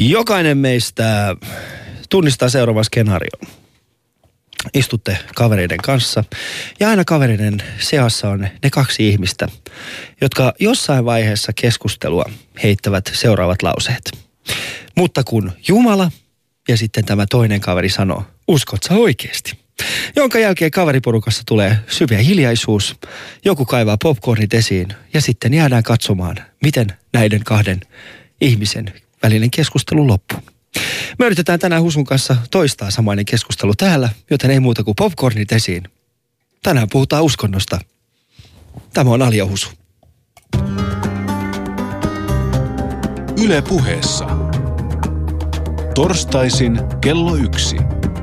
Jokainen meistä tunnistaa seuraavan skenaarion. Istutte kavereiden kanssa ja aina kavereiden seassa on ne kaksi ihmistä, jotka jossain vaiheessa keskustelua heittävät seuraavat lauseet. Mutta kun Jumala ja sitten tämä toinen kaveri sanoo, uskot sä oikeasti? Jonka jälkeen kaveriporukassa tulee syvä hiljaisuus, joku kaivaa popcornit esiin ja sitten jäädään katsomaan, miten näiden kahden ihmisen välinen keskustelu loppuu. Me yritetään tänään Husun kanssa toistaa samainen keskustelu täällä, joten ei muuta kuin popcornit esiin. Tänään puhutaan uskonnosta. Tämä on Ali ja Husu. Yle Puheessa. Torstaisin kello 1.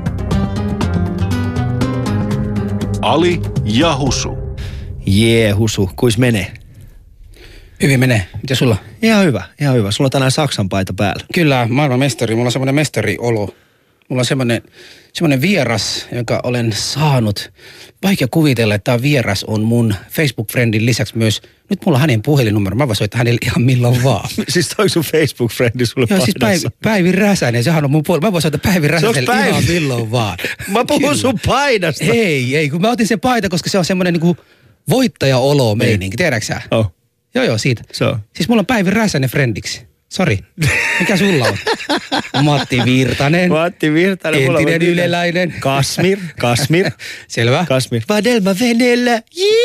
Ali ja Husu. Jee, Husu, kuis menee? Hyvin menee. Mitä sulla? Ihan hyvä, ihan hyvä. Sulla on tänään Saksan paita päällä. Kyllä, maailman mestari. Mulla on semmoinen mestariolo. Mulla on semmoinen vieras, jonka olen saanut. Vaikea kuvitella, että tämä vieras on mun Facebook-friendin lisäksi myös. Nyt mulla on hänen puhelinnumero. Mä voin soittaa hänelle ihan milloin vaan. Siis toi sun Facebook-frendi sulle paidassa? Joo, siis Päivi Räsänen. Sehän on mun puolella. Mä voin soittaa Päivi Räsänen ihan milloin vaan. Mä puhun sun paidasta. Ei, kun mä otin sen paita, koska se on semmoinen niinku voittaja-olo-meininki. Tiedätkö sä? Oh. Joo, siitä. So. Siis mulla on Päivi Räsänen friendiksi. Sori. Mikä sulla on? Matti Virtanen. Entinen yleläinen. Kasmir. Selvä. Kasmir. Vadelma veneellä.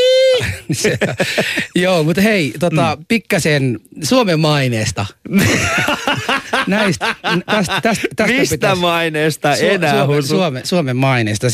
Joo, mutta hei, pikkasen Suomen maineesta. Tästä mistä maineesta enää Husu? Suomen maineesta.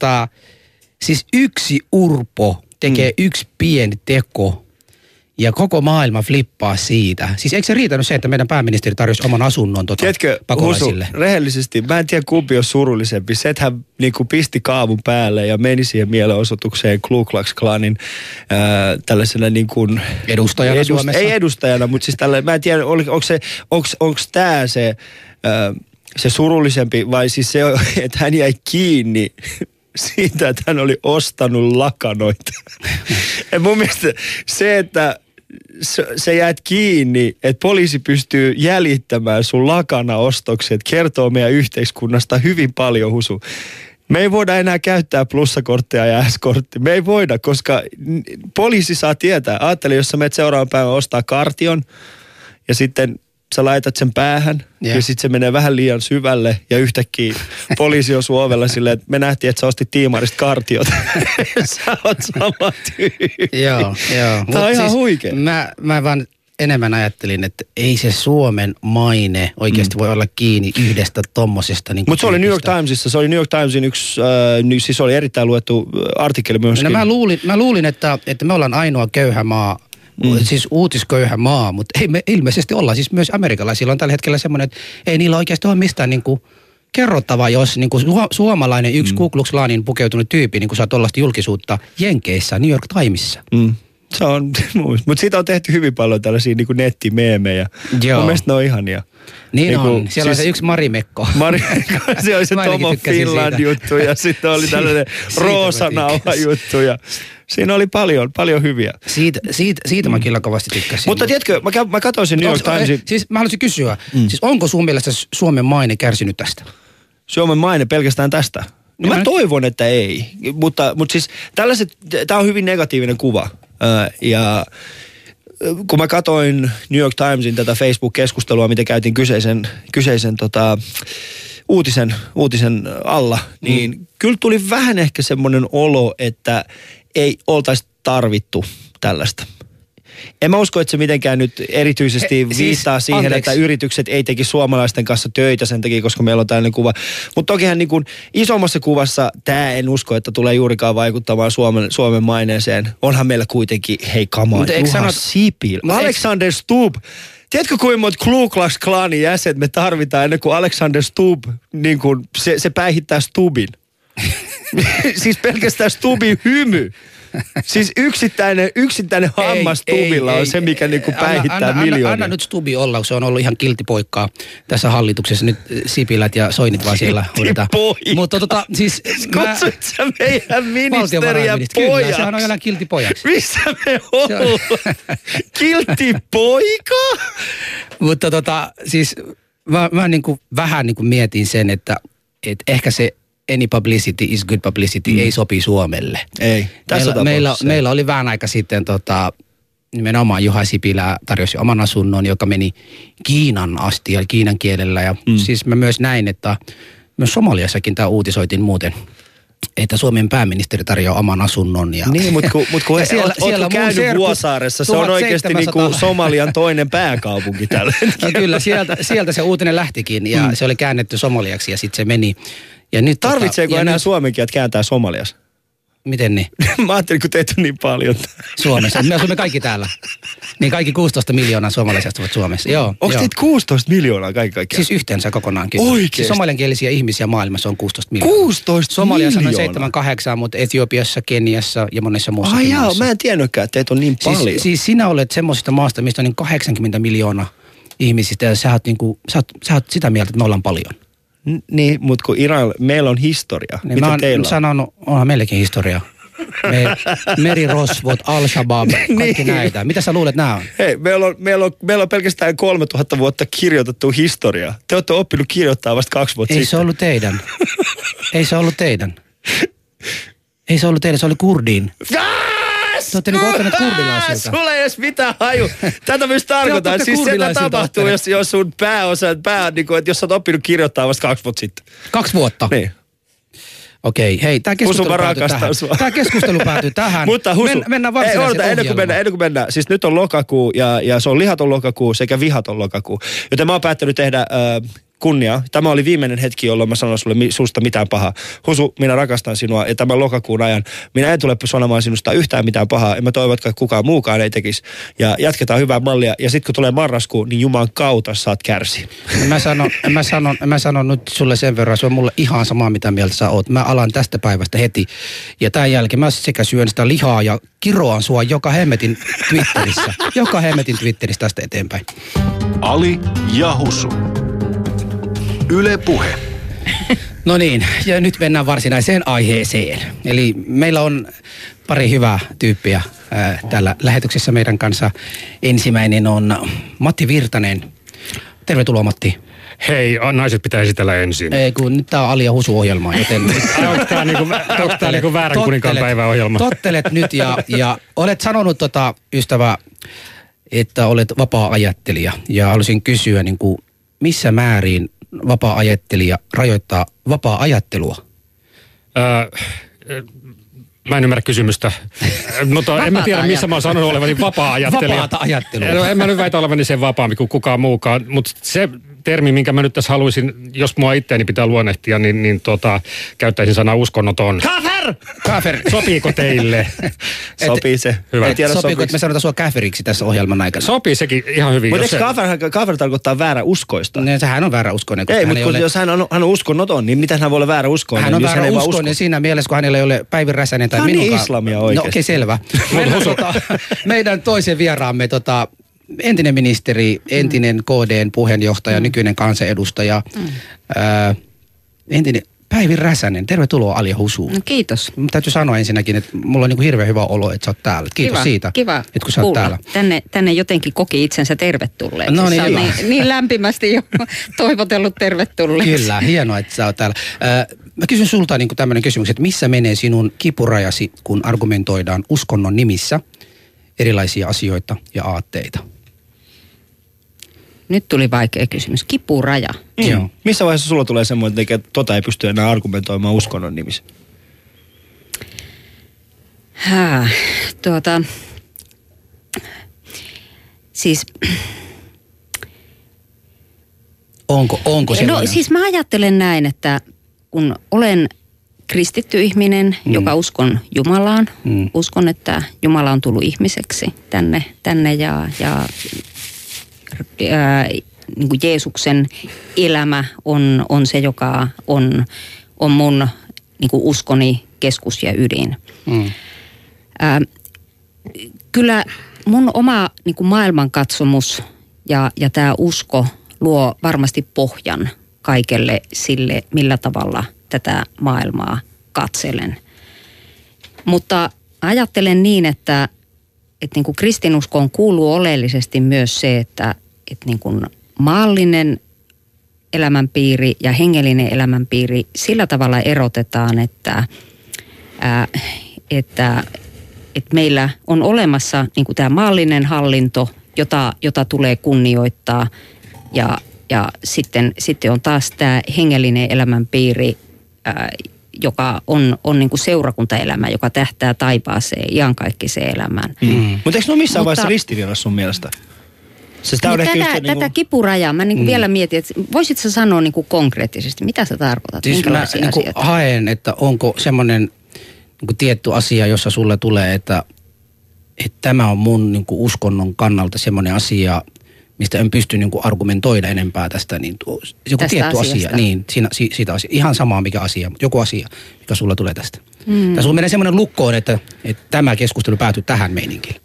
Siis yksi urpo tekee yksi pieni teko. Ja koko maailma flippaa siitä. Siis eikö se riitänyt se, että meidän pääministeri tarjosi oman asunnon pakolaisille? Husu, rehellisesti, mä en tiedä kumpi on surullisempi. Se, että hän niinku pisti kaavun päälle ja meni siihen mielenosoitukseen Ku Klux Klanin tällaisena niin kuin edustajana Suomessa. Ei edustajana, mutta siis tällainen, mä en tiedä, onko tämä se surullisempi vai siis se, että hän jäi kiinni siitä, että hän oli ostanut lakanoita. Ja mun mielestä se, että sä jäät kiinni, että poliisi pystyy jäljittämään sun lakanaostokset, kertoo meidän yhteiskunnasta hyvin paljon, Husu. Me ei voida enää käyttää plussakorttia ja S-korttia. Me ei voida, koska poliisi saa tietää. Ajattele, jos sä menet seuraavan päivän ostaa kartion ja sitten sä laitat sen päähän ja sitten se menee vähän liian syvälle ja yhtäkkiä poliisi on sun ovella silleen, että me nähtiin, että sä ostit Tiimarista kartiot. Sä oot sama tyyppi. Joo. Tää on ihan siis huikea. Mä vaan enemmän ajattelin, että ei se Suomen maine oikeasti voi olla kiinni yhdestä tommosesta. Niin mutta se oli New York Timesissa, se oli New York Timesin yksi, siis oli erittäin luettu artikkeli myöskin. No, mä luulin, että me ollaan ainoa köyhä maa, siis uutisköyhä maa, mutta ei me ilmeisesti olla. Siis myös amerikalaisilla on tällä hetkellä semmoinen, että ei niillä oikeasti ole mistään niinku kerrottavaa, jos niinku suomalainen yksi Ku Klux Klanin pukeutunut tyyppi niinku saa tollaista julkisuutta Jenkeissä, New York Timesissa. Se on, mutta siitä on tehty hyvin paljon tällaisia niin kuin nettimeemejä. Joo. Mun mielestä ne on ihania. Niin on. Siellä on se yksi Marimekko. Se oli se Tomo Finland juttu ja sitten oli tällainen Roosanauha juttu ja siinä oli paljon hyviä. Siitä mä kyllä kovasti tykkäsin. Mutta tiedätkö, mä katsoin sen New York Timesin. Siis mä haluaisin kysyä, siis onko sun mielestä Suomen maine kärsinyt tästä? Suomen maine pelkästään tästä? No mä toivon, että ei. Mutta siis tää on hyvin negatiivinen kuva. Ja kun mä katsoin New York Timesin tätä Facebook-keskustelua, mitä käytiin kyseisen uutisen alla, niin kyllä tuli vähän ehkä semmoinen olo, että ei oltaisi tarvittu tällaista. En mä usko, että se mitenkään nyt erityisesti viittaa siihen, että yritykset ei teki suomalaisten kanssa töitä sen takia, koska meillä on tällainen kuva. Mutta tokihan niin kuin isommassa kuvassa tämä en usko, että tulee juurikaan vaikuttamaan Suomen maineeseen. Onhan meillä kuitenkin, hei come on, Juha Sipilä, Alexander Stubb. Tiedätkö kuinka monta Ku Klux Klanin jäsenet me tarvitaan ennen kuin Alexander Stubb, niin kuin se päihittää Stubbin? Siis pelkästään Stubbin hymy. Siis yksittäinen hammas Stubbilla on se, mikä niinku päihittää miljoonia. Anna nyt Stubbi olla, se on ollut ihan kiltipoikkaa tässä hallituksessa. Nyt Sipilät ja Soinit vaan siellä hoidetaan. Mutta siis kutsut sä meidän ministeriä pojaksi? Kyllä, sehän on jollain kiltipojaksi. Missä me ollaan? Kiltipoika? Mutta siis mä niin kuin vähän niin kuin mietin sen, että ehkä se any publicity is good publicity ei sopi Suomelle. Ei, meillä oli vähän aika sitten nimenomaan Juha Sipilä tarjosi oman asunnon, joka meni Kiinan asti ja kiinan kielellä. Ja siis mä myös näin, että myös Somaliassakin tämä uutisoitiin muuten, että Suomen pääministeri tarjoaa oman asunnon. Ja niin, mutta kun ootko käynyt Vuosaaressa, se on oikeasti niin kuin Somalian toinen pääkaupunki tällä hetkellä. No kyllä, sieltä se uutinen lähtikin ja se oli käännetty somaliaksi ja sitten se meni. Ja nyt tarvitseeko enää suomen kielet kääntää somaliassa? Miten niin? Mä ajattelin, kun teitä on niin paljon. Suomessa. Me asumme kaikki täällä. Niin kaikki 16 miljoonaa suomalaisia asuvat Suomessa. Joo. Onko teitä 16 miljoonaa kaikki? Siis yhteensä kokonaankin. Oikeesti? Siis somaliankielisiä ihmisiä maailmassa on 16 miljoonaa. 16 Somaliassa miljoonaa? on 7-8, mutta Etiopiassa, Keniassa ja monessa muussa. Ai jaa, mä en tiennytkään, että teitä on niin paljon. Siis sinä olet semmoisesta maasta, mistä on niin 80 miljoonaa ihmisistä ja sä oot sitä mieltä, että me ollaan paljon. Niin, mutta kun meillä on historia. Niin mitä teillä on? Sanonut, onhan meillekin historia. Merirosvot, Al-Shabaab, kaikki näitä. Mitä sä luulet nämä on? Hei, meillä on pelkästään 3000 vuotta kirjoitettu historiaa. Te olette oppinut kirjoittaa vasta 2 vuotta Ei sitten. Se ollut teidän. Ei se ollut teidän. Se oli kurdiin. Te olette niinku ottaneet kurdilaisilta. Sulla ei edes mitään haju. Tätä myös tarkoitan. Siis sitä tapahtuu, jos sun niinku, että jos sä oot oppinut kirjoittaa vasta 2 vuotta sitten. 2 vuotta? Niin. Okei, hei, tämä keskustelu päätyy tähän. Mutta Husu, mennään varsinaiseen ennen kuin mennään. Siis nyt on lokakuu ja se on lihaton lokakuu sekä vihaton lokakuu. Joten mä oon päättänyt tehdä kunniaa. Tämä oli viimeinen hetki, jolloin mä sanon sulle susta mitään pahaa. Husu, minä rakastan sinua ja tämän lokakuun ajan minä en tule sanomaan sinusta yhtään mitään pahaa. En mä toivon, että kukaan muukaan ei tekisi. Ja jatketaan hyvää mallia. Ja sitten kun tulee marraskuu, niin Jumalan kautta saat kärsiä. Mä sanon nyt sulle sen verran, se on mulle ihan sama mitä mieltä sä oot. Mä alan tästä päivästä heti. Ja tämän jälkeen mä sekä syön sitä lihaa ja kiroan sua joka hemmetin Twitterissä tästä eteenpäin. Ali ja Husu. Yle Puhe. No niin, ja nyt mennään varsinaiseen aiheeseen. Eli meillä on pari hyvää tyyppiä täällä lähetyksessä meidän kanssa. Ensimmäinen on Matti Virtanen. Tervetuloa, Matti. Hei, naiset pitää esitellä ensin. Ei, kun nyt tää on Ali ja Husu-ohjelma, joten... Onko tää niinku väärän kuninkaan päiväohjelma? Tottelet nyt ja olet sanonut ystävä, että olet vapaa-ajattelija. Ja haluaisin kysyä, niin kuin, missä määrin vapaa-ajattelija rajoittaa vapaa-ajattelua? Mä en ymmärrä kysymystä. Mutta en mä tiedä, missä mä oon sanonut olevani vapaa-ajattelija. Vapaata ajattelua. No, en mä nyt väitä olevani sen vapaampi kuin kukaan muukaan. Mutta se termi, minkä mä nyt tässä haluaisin, jos mua itteeni pitää luonnehtia, niin käyttäisin sanaa uskonnoton. Kafir! Sopiiko teille? Sopii se. Hyvä. Sopiiko, että me sanotaan sua käferiksi tässä ohjelman aikana? Sopii sekin ihan hyvin. Mutta eikö kafir tarkoittaa väärä uskoista? No, sehän on väärä uskoinen. Ei, mutta jos hän on uskonnoton, niin miten hän voi olla väärä uskoinen? Hän on väärä uskoinen siinä mielessä, kun hänellä ei ole Päivi Räsänen tai minunkaan. Niin islamia oikeasti. No okei, selvä. Meidän toisen vieraamme, entinen ministeri, entinen KD:n puheenjohtaja, nykyinen kansanedustaja, entinen Päivi Räsänen. Tervetuloa Ali ja Husu. No, kiitos. Täytyy sanoa ensinnäkin, että mulla on niin kuin hirveän hyvä olo, että sä oot täällä. Kiitos siitä, kiva että kun sä oot täällä. Tänne jotenkin koki itsensä tervetulleeksi. No niin, niin lämpimästi jo toivotellut tervetulleeksi. Kyllä, hienoa, että sä oot täällä. Mä kysyn sulta niin kuin tämmöinen kysymys, että missä menee sinun kipurajasi, kun argumentoidaan uskonnon nimissä erilaisia asioita ja aatteita? Nyt tuli vaikea kysymys. Kipuraja. Joo. Missä vaiheessa sulla tulee semmoinen, että ei pysty enää argumentoimaan uskonnon nimissä? Siis... Onko sellainen? No siis mä ajattelen näin, että kun olen kristitty ihminen, joka uskon Jumalaan, uskon, että Jumala on tullut ihmiseksi tänne ja niin kuin Jeesuksen elämä on se, joka on mun niin kuin uskoni keskus ja ydin. Kyllä mun oma niin kuin maailmankatsomus ja tämä usko luo varmasti pohjan kaikelle sille, millä tavalla tätä maailmaa katselen. Mutta ajattelen niin, että niin kuin kristinuskoon kuuluu oleellisesti myös se, että niin kuin maallinen elämänpiiri ja hengellinen elämänpiiri sillä tavalla erotetaan, että meillä on olemassa niin kuin tämä maallinen hallinto, jota tulee kunnioittaa ja sitten on taas tämä hengellinen elämänpiiri, joka on niin kuin seurakuntaelämä, joka tähtää taivaaseen, iankaikkiseen elämään. Mutta eikö ne ole missään vaiheessa ristiriidassa sun mielestä? Tätä kipurajaa mä niin vielä mietin, että voisit sä sanoa niin kuin konkreettisesti, mitä sä tarkoitat? Siis mä niin haen, että onko semmoinen niin tietty asia, jossa sulle tulee, että tämä on mun niin kuin uskonnon kannalta semmoinen asia, mistä en pysty niin kuin argumentoida enempää tästä. Niin joku tästä tietty asiasta. Asia, niin siitä asia. Ihan samaa mikä asia, mutta joku asia, mikä sulla tulee tästä. Tai sulla menee semmoinen lukkoon, että tämä keskustelu päätyy tähän meininkiin.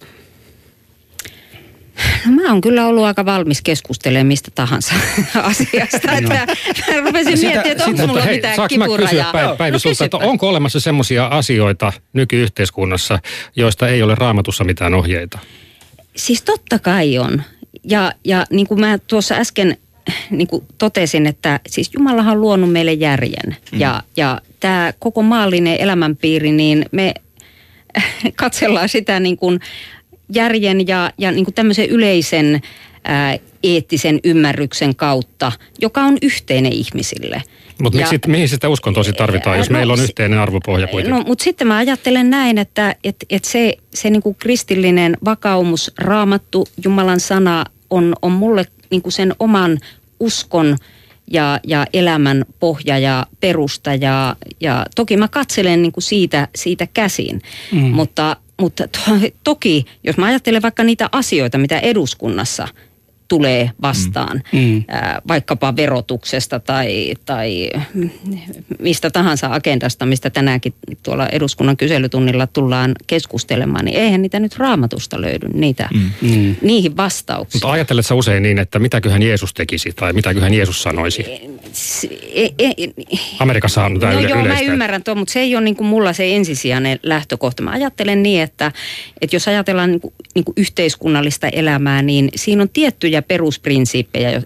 No mä oon kyllä ollut aika valmis keskustelemaan mistä tahansa asiasta. Että mä rupesin miettimään, että onko mulla mitään kipurajaa. Päivi sulta, että onko olemassa semmoisia asioita nykyyhteiskunnassa, joista ei ole Raamatussa mitään ohjeita? Siis totta kai on. Ja niin kuin mä tuossa äsken niin kuin totesin, että siis Jumalahan on luonut meille järjen. Ja tämä koko maallinen elämänpiiri, niin me katsellaan sitä niin kuin järjen ja niin kuin tämmöisen yleisen eettisen ymmärryksen kautta, joka on yhteinen ihmisille. Mutta mihin sitä uskontoa tarvitaan, jos meillä on yhteinen arvopohja kuitenkin? No, mutta sitten mä ajattelen näin, että se niin kuin kristillinen vakaumus, Raamattu, Jumalan sana on mulle niin kuin sen oman uskon ja elämän pohja ja perusta. Ja toki mä katselen niin kuin siitä käsin, mutta toki, jos mä ajattelen vaikka niitä asioita, mitä eduskunnassa tulee vastaan, vaikkapa verotuksesta tai mistä tahansa agendasta, mistä tänäänkin tuolla eduskunnan kyselytunnilla tullaan keskustelemaan, niin eihän niitä nyt Raamatusta löydy, niihin vastauksia. Mutta ajattelet sä usein niin, että mitäköhän Jeesus tekisi tai mitäköhän Jeesus sanoisi? Amerikassa on tämä yleistä. Joo, mä ymmärrän tuon, mutta se ei ole niin kuin mulla se ensisijainen lähtökohta. Mä ajattelen niin, että jos ajatellaan niin kuin yhteiskunnallista elämää, niin siinä on tiettyjä perusprinsiippejä,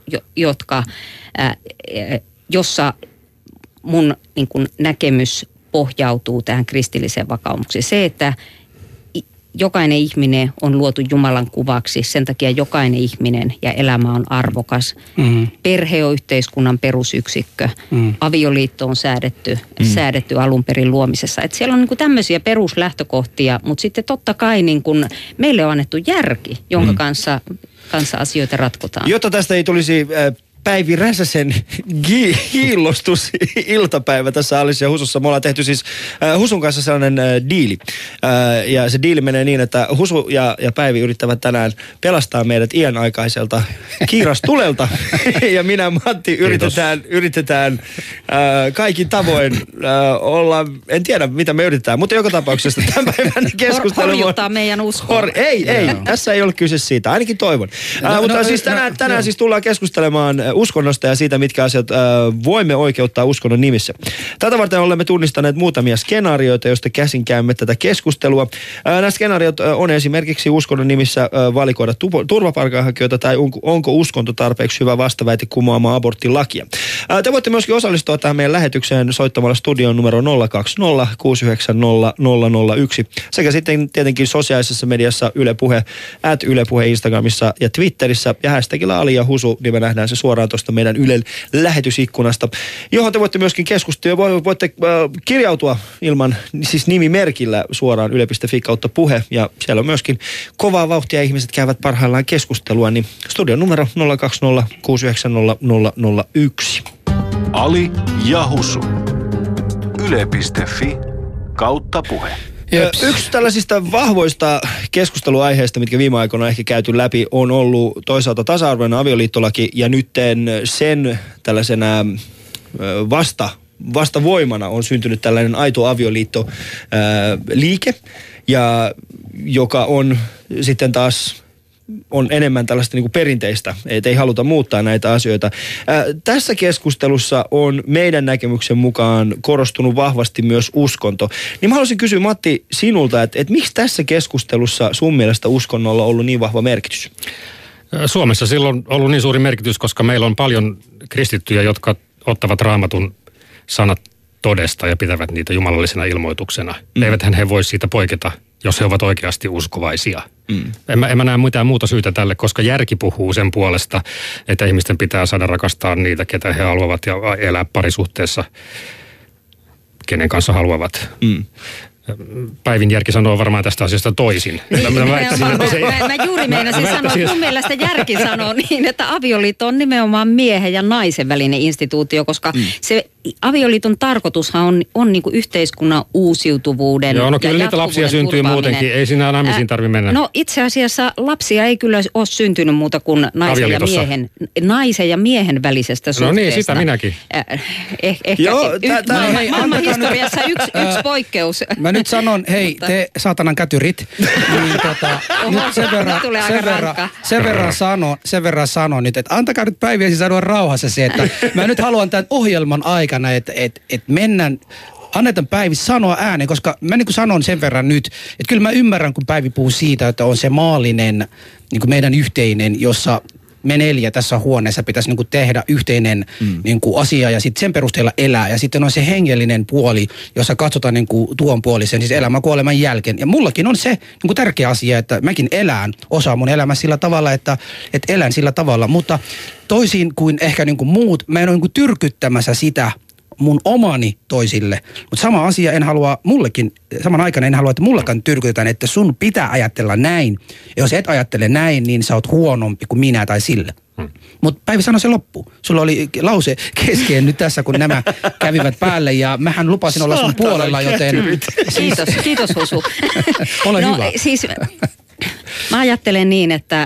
jossa mun niin kuin näkemys pohjautuu tähän kristilliseen vakaumukseen. Se, että jokainen ihminen on luotu Jumalan kuvaksi, sen takia jokainen ihminen ja elämä on arvokas. Perhe on yhteiskunnan perusyksikkö. Avioliitto on säädetty alun perin luomisessa. Et siellä on niinku tämmöisiä peruslähtökohtia, mutta sitten totta kai niinku meille on annettu järki, jonka kanssa asioita ratkotaan. Jotta tästä ei tulisi Päivi Räsäsen hiillostus iltapäivä tässä Alissa ja Husussa. Me ollaan tehty siis Husun kanssa sellainen diili. Ja se diili menee niin, että Husu ja Päivi yrittävät tänään pelastaa meidät iänaikaiselta kiirastulelta. Ja minä Matti yritetään kaikin tavoin olla, en tiedä mitä me yritetään, mutta joka tapauksessa tämän päivän keskustelu. Horjuttaa meidän uskoa. Ei, tässä ei ole kyse siitä, ainakin toivon. Mutta siis tänään siis tullaan keskustelemaan uskonnosta ja siitä, mitkä asiat voimme oikeuttaa uskonnon nimissä. Tätä varten olemme tunnistaneet muutamia skenaarioita, joista käsin käymme tätä keskustelua. Nämä skenaariot on esimerkiksi uskonnon nimissä valikoida turvapaikanhakijoita tai onko uskonto tarpeeksi hyvä vastaväite kumoamaan aborttilakia. Te voitte myöskin osallistua tähän meidän lähetykseen soittamalla studion numero 020 690 001 sekä sitten tietenkin sosiaalisessa mediassa Yle Puhe, @Yle Puhe Instagramissa ja Twitterissä ja hashtagilla Ali ja Husu, niin me nähdään se suoraan tuosta meidän Ylen lähetysikkunasta, johon te voitte myöskin keskustella. Voitte kirjautua ilman siis nimimerkillä suoraan yle.fi/puhe ja siellä on myöskin kovaa vauhtia. Ihmiset käyvät parhaillaan keskustelua, niin studion numero 020 690 001. Ali ja Husu. Yle.fi/puhe. Yksi tällaisista vahvoista keskusteluaiheista, mitkä viime aikoina on ehkä käyty läpi, on ollut toisaalta tasa-arvoinen avioliittolaki ja nytten sen tällaisena vastavoimana on syntynyt tällainen aito avioliitto liike, ja joka on sitten taas on enemmän tällaista niin kuin perinteistä, että ei haluta muuttaa näitä asioita. Tässä keskustelussa on meidän näkemyksen mukaan korostunut vahvasti myös uskonto. Niin mä haluaisin kysyä Matti sinulta, että miksi tässä keskustelussa sun mielestä uskonnolla on ollut niin vahva merkitys? Suomessa silloin on ollut niin suuri merkitys, koska meillä on paljon kristittyjä, jotka ottavat Raamatun sanat todesta ja pitävät niitä jumalallisena ilmoituksena. Eiväthän he voi siitä poiketa, jos he ovat oikeasti uskovaisia. En mä näe mitään muuta syytä tälle, koska järki puhuu sen puolesta, että ihmisten pitää saada rakastaa niitä, ketä he haluavat ja elää parisuhteessa, kenen kanssa haluavat. Päivin järki sanoo varmaan tästä asiasta toisin. Mä juuri meinasin sanoa, että mun mielestä järki sanoo niin, että avioliitto on nimenomaan miehen ja naisen välinen instituutio, koska se avioliiton tarkoitushan on niin kuin yhteiskunnan uusiutuvuuden ja kyllä niitä lapsia syntyy muutenkin, ei siinä naimisiin tarvitse mennä. No itse asiassa lapsia ei kyllä ole syntynyt muuta kuin naisen ja miehen välisestä suhteesta. No niin, sitä minäkin. Ehkä maailman historiassa yksi poikkeus. Mä nyt sanon, hei te saatanan kätyrit, niin sen verran sanon nyt, että antakaa nyt Päiviäsi sanoa rauhassa se, että mä nyt haluan tämän ohjelman aikana, että mennään, annetaan Päivi sanoa ääneen, koska mä niin kuin sanon sen verran nyt, että kyllä mä ymmärrän, kun Päivi puhuu siitä, että on se maallinen, niin kuin meidän yhteinen, jossa me 4 tässä huoneessa pitäisi niin kuin tehdä yhteinen niin kuin asia ja sitten sen perusteella elää. Ja sitten on se hengellinen puoli, jossa katsotaan niin kuin tuon puolisen, siis elämän kuoleman jälkeen. Ja mullakin on se niin kuin tärkeä asia, että mäkin elän osa mun elämässä sillä tavalla, että elän sillä tavalla. Mutta toisin kuin ehkä niin kuin muut, mä en ole niin kuin tyrkyttämässä sitä mun omani toisille. Mutta sama asia saman aikana en halua, että mullekaan tyrkytetään, että sun pitää ajatella näin. Ja jos et ajattele näin, niin sä oot huonompi kuin minä tai sille. Mutta Päivi sanoi se loppu. Sulla oli lause kesken nyt tässä, kun nämä kävivät päälle ja mähän lupasin olla sun puolella, joten... Kiitos Husu. Ole hyvä. Siis mä ajattelen niin, että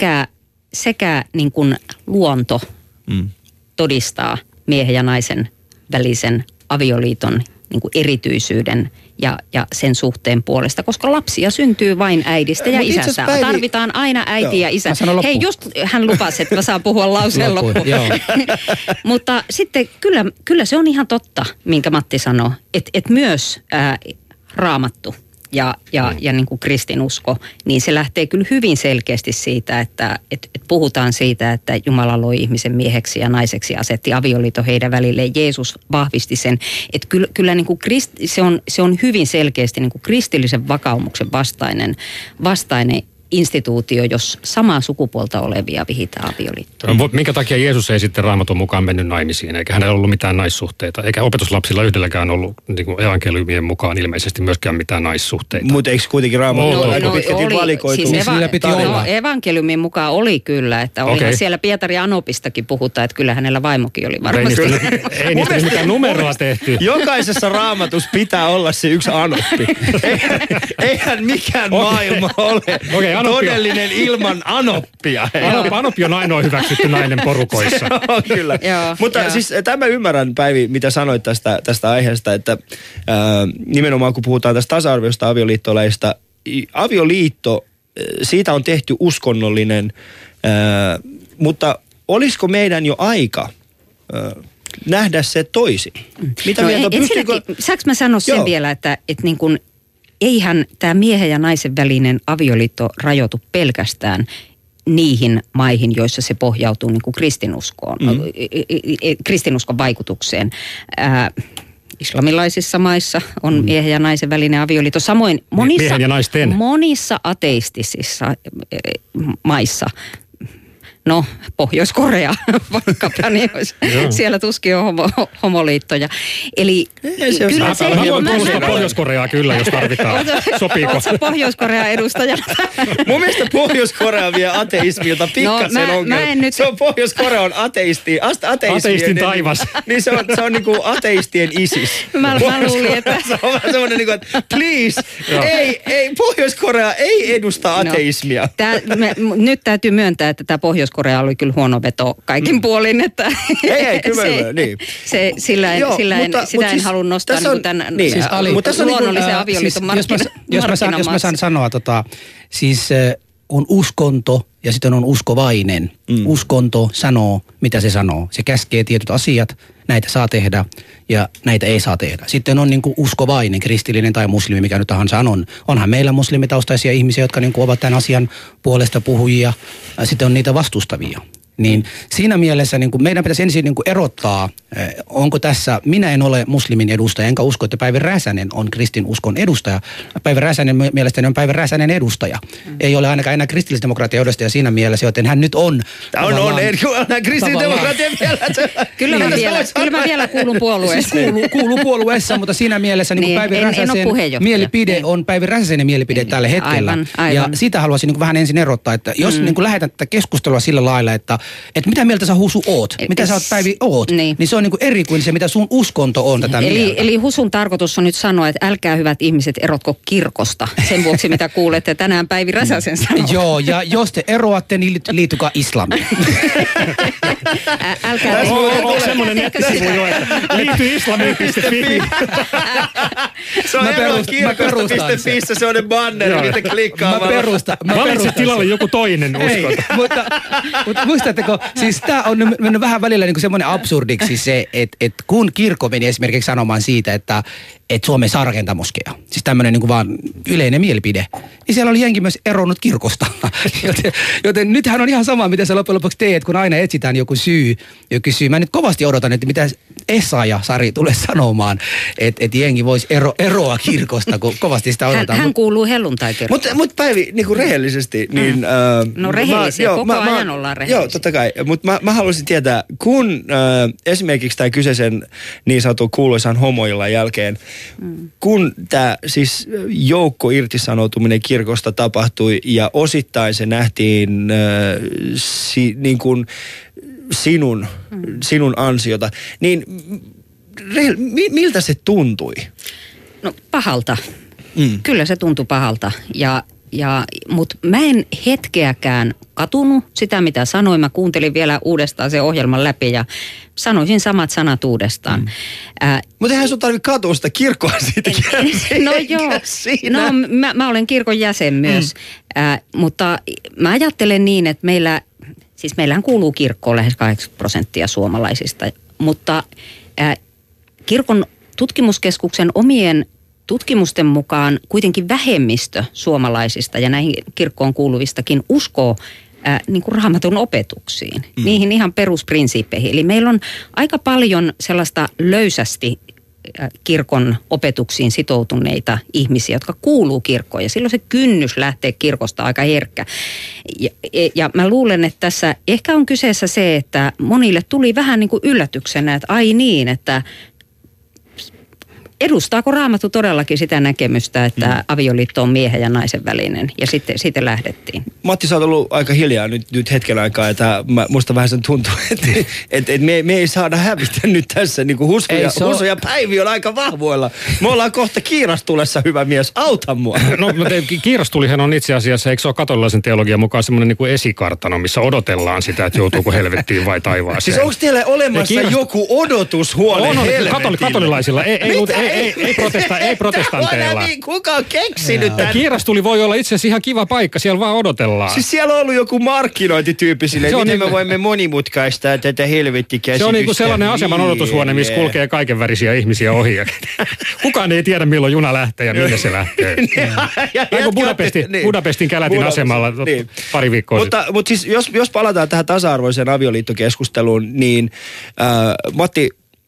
sekä niin kuin luonto todistaa miehen ja naisen välisen avioliiton niin kuin erityisyyden ja sen suhteen puolesta, koska lapsia syntyy vain äidistä ja isästä. Tarvitaan aina äiti ja isä. Hei, just hän lupasi, että mä saan puhua lauseen loppuun. Mutta sitten kyllä se on ihan totta, minkä Matti sanoi, että myös Raamattu ja niin kuin kristinusko, niin se lähtee kyllä hyvin selkeästi siitä, että puhutaan siitä, että Jumala loi ihmisen mieheksi ja naiseksi, asetti avioliiton heidän välilleen. Jeesus vahvisti sen, että kyllä niin kuin se on hyvin selkeästi niin kuin kristillisen vakaumuksen vastainen instituutio, jos samaa sukupuolta olevia vihitään avioliittoon. Minkä takia Jeesus ei sitten Raamatun mukaan mennyt naimisiin, eikä hänellä ollut mitään naissuhteita, eikä opetuslapsilla yhdelläkään ollut niin kuin evankeliumien mukaan ilmeisesti myöskään mitään naissuhteita. Mutta eikö kuitenkin Raamatun aika pitkälti valikoitu? Siis evankeliumin mukaan oli kyllä, että olihan siellä Pietari Anopistakin puhutaan, että kyllä hänellä vaimokin oli varmasti. Ei niistä mitään numeroa tehty. Jokaisessa Raamatussa pitää olla se yksi Anoppi. Eihän mikään maailma ole todellinen ilman Anoppia. Anoppi on ainoa hyväksytty nainen porukoissa. Kyllä. Mutta siis tämä ymmärrän, Päivi, mitä sanoit tästä aiheesta, että nimenomaan kun puhutaan tästä tasa-arvoista avioliittolaista, avioliitto, siitä on tehty uskonnollinen, mutta olisiko meidän jo aika nähdä se toisin? Mitä mieltä? Saanko mä sanoa sen vielä, että niin kun eihän tämä miehen ja naisen välinen avioliitto rajoitu pelkästään niihin maihin, joissa se pohjautuu niin kuin kristinuskoon, kristinuskon vaikutukseen. Islamilaisissa maissa on miehen ja naisen välinen avioliitto. Samoin monissa ateistisissa maissa, no Pohjois-Korea vaikkapa, niin siellä tuskin on homoliittoja. Eli kyllä se... Mä voin puolustaa Pohjois-Koreaa kyllä, jos tarvitaan. Sopiiko? Oletko Pohjois-Korean edustajana? Mun mielestä Pohjois-Korea vie ateismilta pikkasen ongelma. Se on Pohjois-Korea on ateistin taivas. Niin se on niinku ateistien ISIS. Mä luulin, että... Se on vähän semmoinen niinku, että please, ei, Pohjois-Korea ei edusta ateismia. Nyt täytyy myöntää, että tämä Pohjois-Korea oli kyllä huono veto kaikin puolin, että sitä en halua nostaa tämän luonnollisen avioliiton markkinoille. Jos mä saan sanoa, siis on uskonto ja sitten on uskovainen. Uskonto sanoo, mitä se sanoo. Se käskee tietyt asiat, näitä saa tehdä ja näitä ei saa tehdä. Sitten on niin kuin uskovainen, kristillinen tai muslimi, mikä nyt tahansa on. Onhan meillä muslimitaustaisia ihmisiä, jotka niin kuin ovat tämän asian puolesta puhujia, ja sitten on niitä vastustavia. Niin siinä mielessä niin kuin meidän pitäisi ensin niin kuin erottaa, onko tässä, minä en ole muslimin edustaja, enkä usko, että Päivi Räsänen on kristinuskon edustaja. Päivi Räsänen mielestäni on Päivi Räsänen edustaja. Ei ole ainakaan enää kristillisdemokratian edustaja siinä mielessä, joten hän nyt on. On kristillisdemokratian mielessä. Kyllä mä vielä kuulun puolueessa. Siis kuuluu puolueessa, mutta siinä mielessä niin Päivi Räsäsen mielipide on Päivi Räsäsen mielipide tällä hetkellä. Aivan. Ja siitä haluaisin niin kuin vähän ensin erottaa, että jos niin kuin lähdetään tätä keskustelua sillä lailla, että mitä mieltä sä Husu oot? Mitä sä oot Päivi oot? Niin se on niin kuin eri kuin se, mitä sun uskonto on tätä mieltä. Eli Husun tarkoitus on nyt sanoa, että älkää hyvät ihmiset erotko kirkosta. Sen vuoksi, mitä kuulette tänään Päivi Räsäsen sanoa. Joo, ja jos te eroatte, niin liittykaa islamiin. Älkää on semmoinen nettisivu jo, että liity islamiin.fi. Se on erokirkosta.fi, se on ne banneri, niitä klikkaamalla. Valitse tilalle joku toinen uskonto. Mutta muistatteko, siis tää on mennyt vähän välillä niinku semmoinen absurdiksi se, että kun kirkko meni esimerkiksi sanomaan siitä, että Suomeen saa rakentaa moskeja, siis tämmöinen niinku vaan yleinen mielipide, niin siellä oli jengi myös eronnut kirkosta. Joten nythän on ihan sama, mitä sä loppujen lopuksi teet, kun aina etsitään joku syy. Mä nyt kovasti odotan, että mitä Esa ja Sari tulee sanomaan, että jengi voisi eroa kirkosta, kun kovasti sitä odotetaan. Hän kuuluu helluntaikirkkoon. Mutta Päivi, niinku rehellisesti, niin... No rehellisiä, koko ajan ollaan rehellisiä. Joo, totta kai. Mutta mä haluaisin tietää, kun esimerkiksi tämän kyseisen niin sanotun kuuluisan homoillan jälkeen, kun tämä siis joukko irtisanoutuminen kirkosta tapahtui ja osittain se nähtiin niin kuin sinun ansiota, niin miltä se tuntui? No pahalta. Kyllä se tuntui pahalta. Mutta mä en hetkeäkään katunut sitä, mitä sanoin. Mä kuuntelin vielä uudestaan sen ohjelman läpi ja sanoisin samat sanat uudestaan. Mutta eihän sun tarvitse katua sitä kirkkoa siitäkin. No joo, mä olen kirkon jäsen myös. Mutta mä ajattelen niin, että meillähän kuuluu kirkkoon lähes 80% suomalaisista. Mutta kirkon tutkimuskeskuksen omien tutkimusten mukaan kuitenkin vähemmistö suomalaisista ja näihin kirkkoon kuuluvistakin uskoo niin kuin Raamatun opetuksiin, niihin ihan perusprinsiippeihin. Eli meillä on aika paljon sellaista löysästi kirkon opetuksiin sitoutuneita ihmisiä, jotka kuuluu kirkkoon. Ja silloin se kynnys lähtee kirkosta aika herkkä. Ja mä luulen, että tässä ehkä on kyseessä se, että monille tuli vähän niin kuin yllätyksenä, että ai niin, että edustaako Raamattu todellakin sitä näkemystä, että avioliitto on miehen ja naisen välinen? Ja sitten siitä lähdettiin. Matti, sä oot ollut aika hiljaa nyt hetken aikaa, että musta vähän sen tuntuu, että me ei saada hävitä nyt tässä. Niin kuin Husu ja Päivi on aika vahvoilla. Me ollaan kohta kiirastulessa, hyvä mies. Auta mua. No, kiirastulihan on itse asiassa, eikö se ole katolilaisen teologian mukaan semmoinen niin kuin esikartano, missä odotellaan sitä, että joutuuko helvettiin vai taivaaseen. Siis onko teillä olemassa joku odotushuone helvettiin? Katolilaisilla ei protestanteilla. Kuka on keksinyt tämän? Kiirastuli voi olla itse asiassa ihan kiva paikka, siellä vaan odotellaan. Siis siellä on ollut joku markkinointityyppi silleen, miten me voimme monimutkaistaa tätä helvettikäsitystä. Se on niin kuin sellainen aseman odotushuone, missä kulkee kaikenvärisiä ihmisiä ohi. Kukaan ei tiedä, milloin juna lähtee ja minne se lähtee. Budapestin Kälätin asemalla pari viikkoa sitten. Mutta siis jos palataan tähän tasa-arvoiseen avioliittokeskusteluun, niin Matti,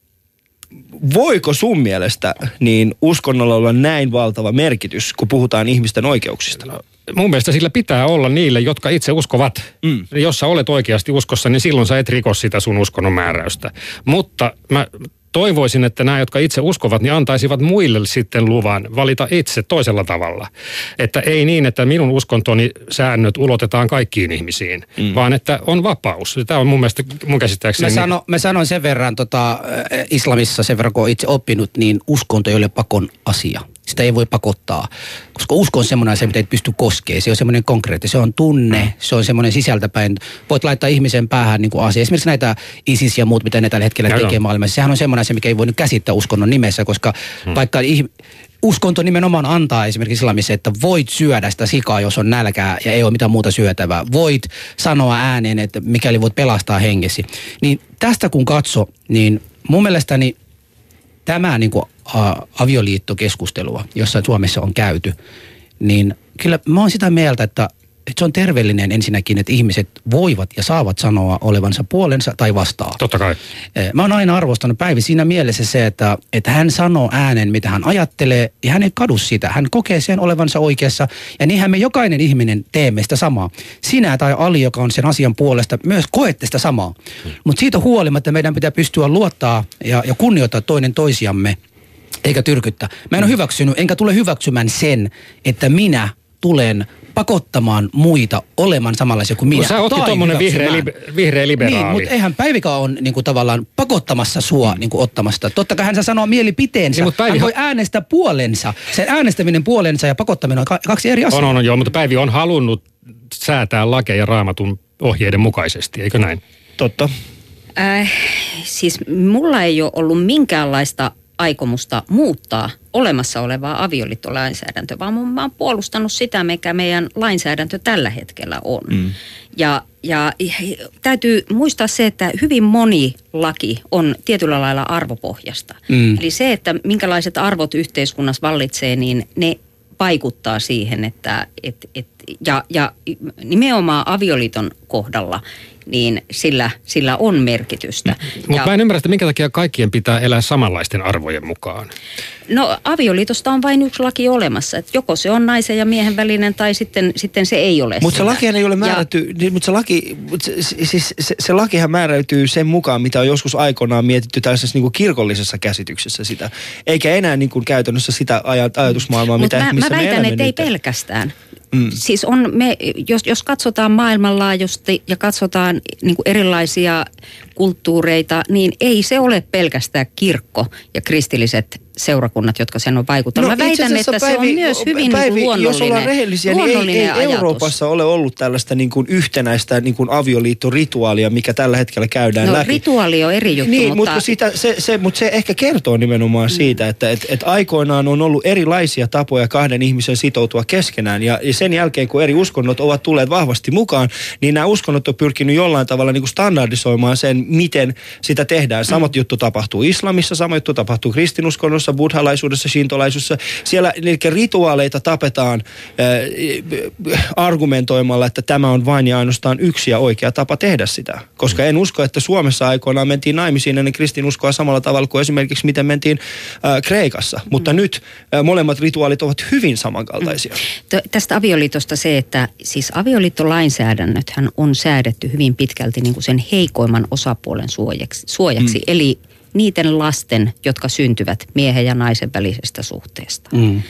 voiko sun mielestä niin uskonnolla olla näin valtava merkitys, kun puhutaan ihmisten oikeuksista? No, mun mielestä sillä pitää olla niille, jotka itse uskovat. Jos sä olet oikeasti uskossa, niin silloin sä et riko sitä sun uskonnon määräystä. Mutta mä toivoisin, että nämä, jotka itse uskovat, niin antaisivat muille sitten luvan valita itse toisella tavalla. Että ei niin, että minun uskontoni säännöt ulotetaan kaikkiin ihmisiin, vaan että on vapaus. Tämä on mun mielestä, mun käsittääkseni... Mä sanon sen verran, islamissa sen verran, kun olen itse oppinut, niin uskonto ei ole pakon asia. Sitä ei voi pakottaa, koska usko on semmoinen asia, mitä ei pysty koskemaan. Se on semmoinen konkreettinen, se on tunne, se on semmoinen sisältäpäin. Voit laittaa ihmisen päähän niin kuin asia. Esimerkiksi näitä ISIS ja muut, mitä ne tällä hetkellä tekee maailmassa. Sehän on semmoinen asia, mikä ei voi nyt käsittää uskonnon nimessä, koska vaikka uskonto nimenomaan antaa esimerkiksi islamissa, että voit syödä sitä sikaa, jos on nälkää ja ei ole mitään muuta syötävää. Voit sanoa ääneen, että mikäli voit pelastaa hengesi. Niin tästä kun katso, niin mun mielestäni tämä niin kuin avioliittokeskustelua, jossa Suomessa on käyty, niin kyllä mä oon sitä mieltä, että se on terveellinen ensinnäkin, että ihmiset voivat ja saavat sanoa olevansa puolensa tai vastaan. Totta kai. Mä oon aina arvostanut Päivi siinä mielessä se, että hän sanoo äänen, mitä hän ajattelee, ja hän ei kadu sitä. Hän kokee sen olevansa oikeassa, ja niinhän me jokainen ihminen teemme sitä samaa. Sinä tai Ali, joka on sen asian puolesta, myös koette sitä samaa. Mutta siitä huolimatta meidän pitää pystyä luottaa ja kunnioittaa toinen toisiamme, eikä tyrkyttää. Mä en ole hyväksynyt, enkä tule hyväksymään sen, että minä tulen pakottamaan muita olemaan samanlaisia kuin minä. Sä ootkin tommonen vihreä liberaali. Niin, mutta eihän Päivikään ole niinku tavallaan pakottamassa sua niinku ottamasta. Totta kai hän sanoo mielipiteensä. Niin, hän voi äänestää puolensa. Sen äänestäminen puolensa ja pakottaminen on kaksi eri asiaa. On, joo, mutta Päivi on halunnut säätää lakeja Raamatun ohjeiden mukaisesti, eikö näin? Totta. Siis mulla ei ole ollut minkäänlaista aikomusta muuttaa olemassa olevaa avioliittolainsäädäntöä, vaan mä oon puolustanut sitä, mikä meidän lainsäädäntö tällä hetkellä on. Ja täytyy muistaa se, että hyvin moni laki on tietyllä lailla arvopohjasta. Eli se, että minkälaiset arvot yhteiskunnassa vallitsee, niin ne vaikuttaa siihen, että ja nimenomaan avioliiton kohdalla niin sillä on merkitystä. Mutta mä en ymmärrä, että minkä takia kaikkien pitää elää samanlaisten arvojen mukaan. No avioliitosta on vain yksi laki olemassa, että joko se on naisen ja miehen välinen tai sitten se ei ole. Mutta se lakihan ei ole määrätty, mutta se lakihan määräytyy sen mukaan, mitä on joskus aikoinaan mietitty tällaisessa niin kuin kirkollisessa käsityksessä sitä. Eikä enää niin kuin käytännössä sitä ajatusmaailmaa, missä me elämme. Mä väitän, että ei pelkästään. Siis jos katsotaan maailmanlaajuisesti ja katsotaan niin kuin erilaisia kulttuureita, niin ei se ole pelkästään kirkko ja kristilliset seurakunnat, jotka sen on vaikuttanut. Mä väitän, että se on myös hyvin luonnollinen. Jos ollaan rehellisiä, niin ei Euroopassa ole ollut tällaista niin kuin yhtenäistä niin kuin avioliittorituaalia, mikä tällä hetkellä käydään läpi. Rituaali on eri juttu, niin, mutta se ehkä kertoo nimenomaan siitä, että aikoinaan on ollut erilaisia tapoja kahden ihmisen sitoutua keskenään. Ja sen jälkeen, kun eri uskonnot ovat tulleet vahvasti mukaan, niin nämä uskonnot on pyrkinyt jollain tavalla niin kuin standardisoimaan sen, miten sitä tehdään. Samat juttu tapahtuu islamissa, sama juttu tapahtuu kristinuskonnossa, buddhalaisuudessa, shintolaisuudessa. Siellä rituaaleita tapetaan argumentoimalla, että tämä on vain ja ainoastaan yksi ja oikea tapa tehdä sitä. Koska en usko, että Suomessa aikoinaan mentiin naimisiin ennen kristinuskoa samalla tavalla kuin esimerkiksi miten mentiin Kreikassa. Mutta nyt molemmat rituaalit ovat hyvin samankaltaisia. Tästä avioliitosta se, että siis avioliittolainsäädännöthän on säädetty hyvin pitkälti niin kuin sen heikoimman osapuolen suojaksi. Eli niiden lasten, jotka syntyvät miehen ja naisen välisestä suhteesta.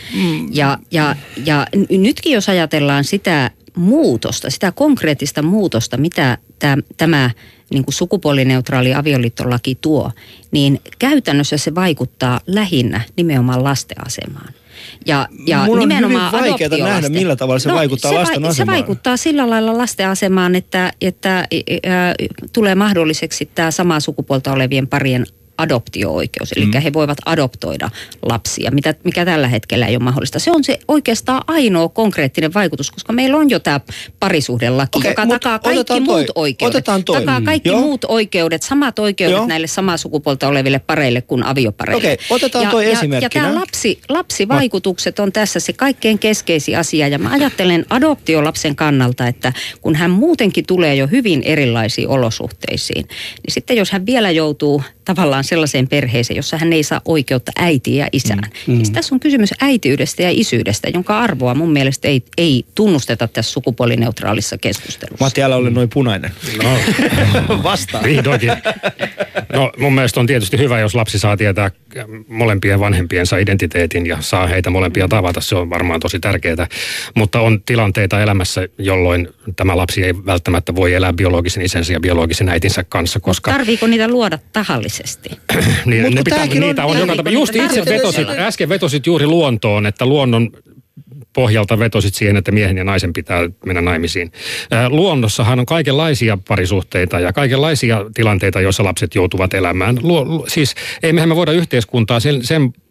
Ja nytkin jos ajatellaan sitä muutosta, sitä konkreettista muutosta, mitä tämä niin kuin sukupuolineutraali avioliittolaki tuo, niin käytännössä se vaikuttaa lähinnä nimenomaan lasten asemaan. Ja mun on nimenomaan hyvin vaikeaa nähdä, millä tavalla se vaikuttaa lasten asemaan. Se vaikuttaa sillä lailla lasten asemaan, että tulee mahdolliseksi tämä samaa sukupuolta olevien parien adoptio-oikeus, eli he voivat adoptoida lapsia, mikä tällä hetkellä ei ole mahdollista. Se on se oikeastaan ainoa konkreettinen vaikutus, koska meillä on jo tämä parisuhdelaki, joka takaa kaikki muut oikeudet. Takaa kaikki muut oikeudet, samat oikeudet näille samaa sukupuolta oleville pareille kuin aviopareille. Otetaan toi esimerkkinä. Ja tämä lapsivaikutukset on tässä se kaikkein keskeisin asia, ja mä ajattelen adoptiolapsen kannalta, että kun hän muutenkin tulee jo hyvin erilaisiin olosuhteisiin, niin sitten jos hän vielä joutuu tavallaan sellaiseen perheeseen, jossa hän ei saa oikeutta äitiin ja isään. Siis tässä on kysymys äitiydestä ja isyydestä, jonka arvoa mun mielestä ei tunnusteta tässä sukupuolineutraalissa keskustelussa. Matti, älä ole noin punainen. No. Vastaa. Vihdoinkin. No mun mielestä on tietysti hyvä, jos lapsi saa tietää molempien vanhempiensa identiteetin ja saa heitä molempia tavata. Se on varmaan tosi tärkeää. Mutta on tilanteita elämässä, jolloin tämä lapsi ei välttämättä voi elää biologisen isänsä ja biologisen äitinsä kanssa, koska... Tarviiko niitä luoda tahallisesti? Niin, niitä on joka tapauksessa. Just itse äsken vetosit juuri luontoon, että luonnon pohjalta vetosit siihen, että miehen ja naisen pitää mennä naimisiin. Luonnossahan on kaikenlaisia parisuhteita ja kaikenlaisia tilanteita, joissa lapset joutuvat elämään. Siis ei me voida yhteiskuntaa sen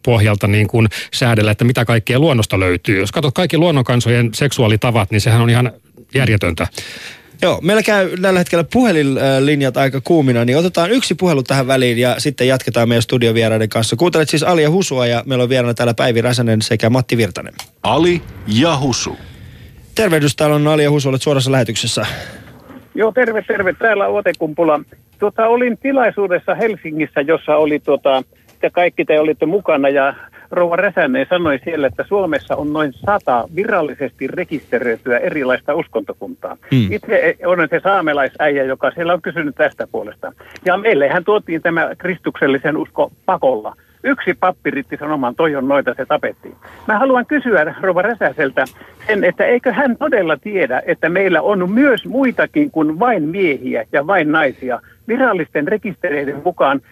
pohjalta niin kuin säädellä, että mitä kaikkea luonnosta löytyy. Jos katsot kaikki luonnonkansojen seksuaalitavat, niin sehän on ihan järjetöntä. Joo, meillä käy tällä hetkellä puhelinlinjat aika kuumina, niin otetaan yksi puhelu tähän väliin ja sitten jatketaan meidän studiovieraiden kanssa. Kuuntelet siis Ali ja Husua ja meillä on vieraana täällä Päivi Räsänen sekä Matti Virtanen. Ali ja Husu. Tervehdys, täällä on Ali ja Husu, olet suorassa lähetyksessä. Joo, terve. Täällä on Ote Kumpula. Olin tilaisuudessa Helsingissä, jossa oli ja kaikki te olitte mukana ja rouva Räsänen sanoi siellä, että Suomessa on noin 100 virallisesti rekisteröityä erilaista uskontokuntaa. Itse olen se saamelaisäijä, joka siellä on kysynyt tästä puolesta. Ja meillehän tuotiin tämä kristuksellisen usko pakolla. Yksi pappi riitti sanomaan, toi on noita, se tapettiin. Mä haluan kysyä rouva Räsäseltä sen, että eikö hän todella tiedä, että meillä on myös muitakin kuin vain miehiä ja vain naisia. Virallisten rekistereiden mukaan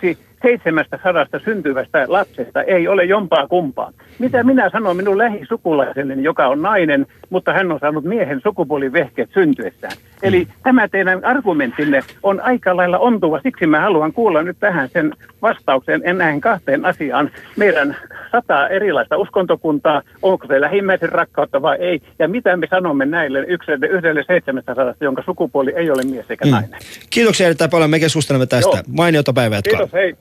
700 syntyvästä lapsesta ei ole jompaa kumpaa. Mitä minä sanon minun lähisukulaiselleni, joka on nainen, mutta hän on saanut miehen sukupuolivehkeet syntyessään. Eli tämä teidän argumenttinne on aika lailla ontuva. Siksi mä haluan kuulla nyt tähän sen vastauksen näihin kahteen asiaan. Meidän 100 erilaista uskontokuntaa, onko se lähimmäisen rakkautta vai ei, ja mitä me sanomme näille yhdelle 700, jonka sukupuoli ei ole mies eikä nainen. Kiitoksia erittäin paljon, me keskustelemme tästä. Joo. Mainiota päivää jatkaa. Kiitos, hei.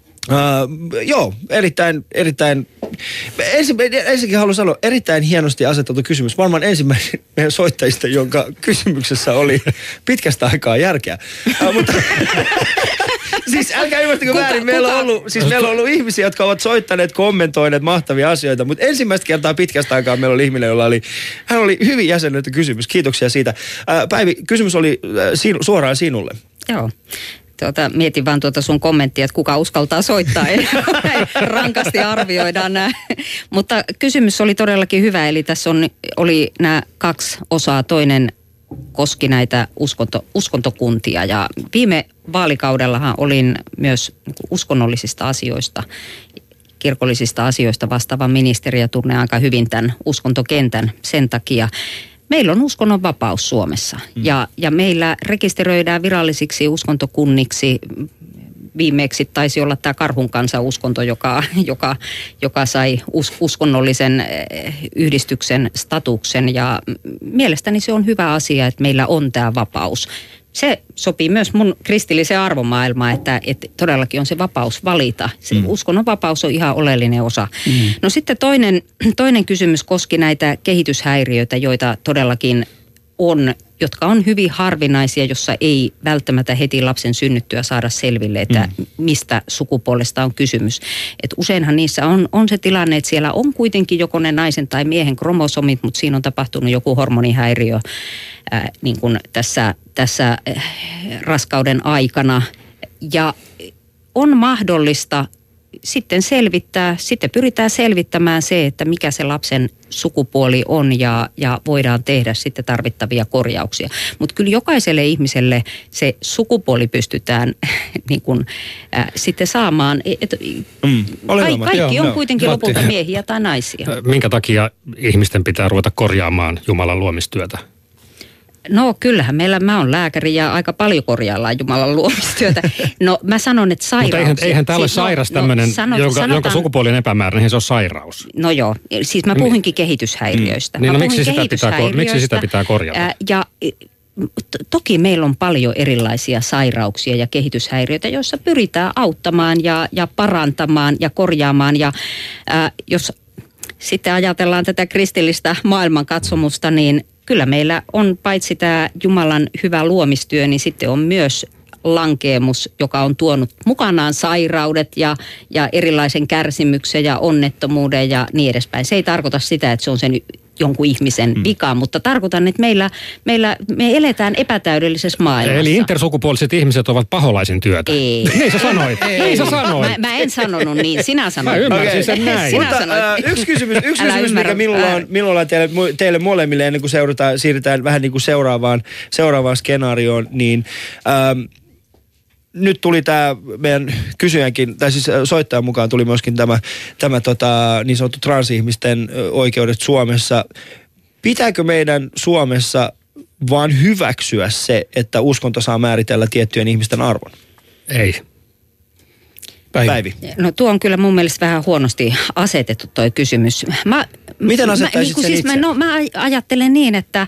Joo, erittäin. Ensinnäkin haluan sanoa, erittäin hienosti aseteltu kysymys. Varmaan ensimmäinen meidän soittajista, jonka kysymyksessä oli pitkästä aikaa järkeä. Mutta siis älkää ymmärtäkö väärin, meillä on ollut ihmisiä, jotka ovat soittaneet, kommentoineet mahtavia asioita, mutta ensimmäistä kertaa pitkästä aikaa meillä oli ihminen, hän oli hyvin jäsennetty kysymys. Kiitoksia siitä. Päivi, kysymys oli suoraan sinulle. Joo. Mietin vaan sun kommenttia, että kuka uskaltaa soittaa. Rankasti arvioidaan nämä. Mutta kysymys oli todellakin hyvä, eli tässä oli nämä kaksi osaa. Toinen koski näitä uskontokuntia ja viime vaalikaudellahan olin myös uskonnollisista asioista, kirkollisista asioista vastaava ministeri ja tunnen aika hyvin tämän uskontokentän sen takia. Meillä on uskonnonvapaus Suomessa ja meillä rekisteröidään virallisiksi uskontokunniksi. Viimeksi taisi olla tämä Karhun kansanuskonto, joka sai uskonnollisen yhdistyksen statuksen ja mielestäni se on hyvä asia, että meillä on tämä vapaus. Se sopii myös mun kristilliseen arvomaailmaan, että todellakin on se vapaus valita. Se uskonnonvapaus on ihan oleellinen osa. No sitten toinen kysymys koski näitä kehityshäiriöitä, joita todellakin on, jotka on hyvin harvinaisia, jossa ei välttämättä heti lapsen synnyttyä saada selville, että mistä sukupuolesta on kysymys. Et useinhan niissä on se tilanne, että siellä on kuitenkin joko ne naisen tai miehen kromosomit, mutta siinä on tapahtunut joku hormonihäiriö niin kuin tässä raskauden aikana. Ja on mahdollista sitten pyritään selvittämään se, että mikä se lapsen sukupuoli on ja voidaan tehdä sitten tarvittavia korjauksia. Mutta kyllä jokaiselle ihmiselle se sukupuoli pystytään niin kun, sitten saamaan. Kaikki on kuitenkin lopulta miehiä tai naisia. Minkä takia ihmisten pitää ruveta korjaamaan Jumalan luomistyötä? No kyllähän mä oon lääkäri ja aika paljon korjaillaan Jumalan luomistyötä. No mä sanon, että sairaus. Mutta eihän täällä ole sairas tämmöinen, jonka sukupuoli on epämääräinen, niin se on sairaus. No joo, siis mä puhuinkin kehityshäiriöistä. Niin, miksi sitä pitää korjata? Toki meillä on paljon erilaisia sairauksia ja kehityshäiriöitä, joissa pyritään auttamaan ja parantamaan ja korjaamaan. Ja jos sitten ajatellaan tätä kristillistä maailmankatsomusta, niin kyllä meillä on paitsi tämä Jumalan hyvä luomistyö, niin sitten on myös lankeemus, joka on tuonut mukanaan sairaudet ja erilaisen kärsimyksen ja onnettomuuden ja niin edespäin. Se ei tarkoita sitä, että se on sen jonkun ihmisen vika, mutta tarkoitan, että me eletään epätäydellisessä maailmassa. Eli intersukupuoliset ihmiset ovat paholaisen työtä. Ei. Niin sä sanoit. Niin sä sanoit. Mä en sanonut niin, sinä sanoit. Mä ymmärsin sen näin. Mutta yksi kysymys mikä minulla on teille molemmille, ennen kuin siirrytään vähän niin kuin seuraavaan skenaarioon, niin nyt tuli tämä meidän kysyjänkin, tai siis soittajan mukaan tuli myöskin tämä niin sanottu transihmisten oikeudet Suomessa. Pitääkö meidän Suomessa vaan hyväksyä se, että uskonto saa määritellä tiettyjen ihmisten arvon? Ei. Päivi. No tuo on kyllä mun mielestä vähän huonosti asetettu toi kysymys. Miten asettaisit sen itse? Mä ajattelen niin, että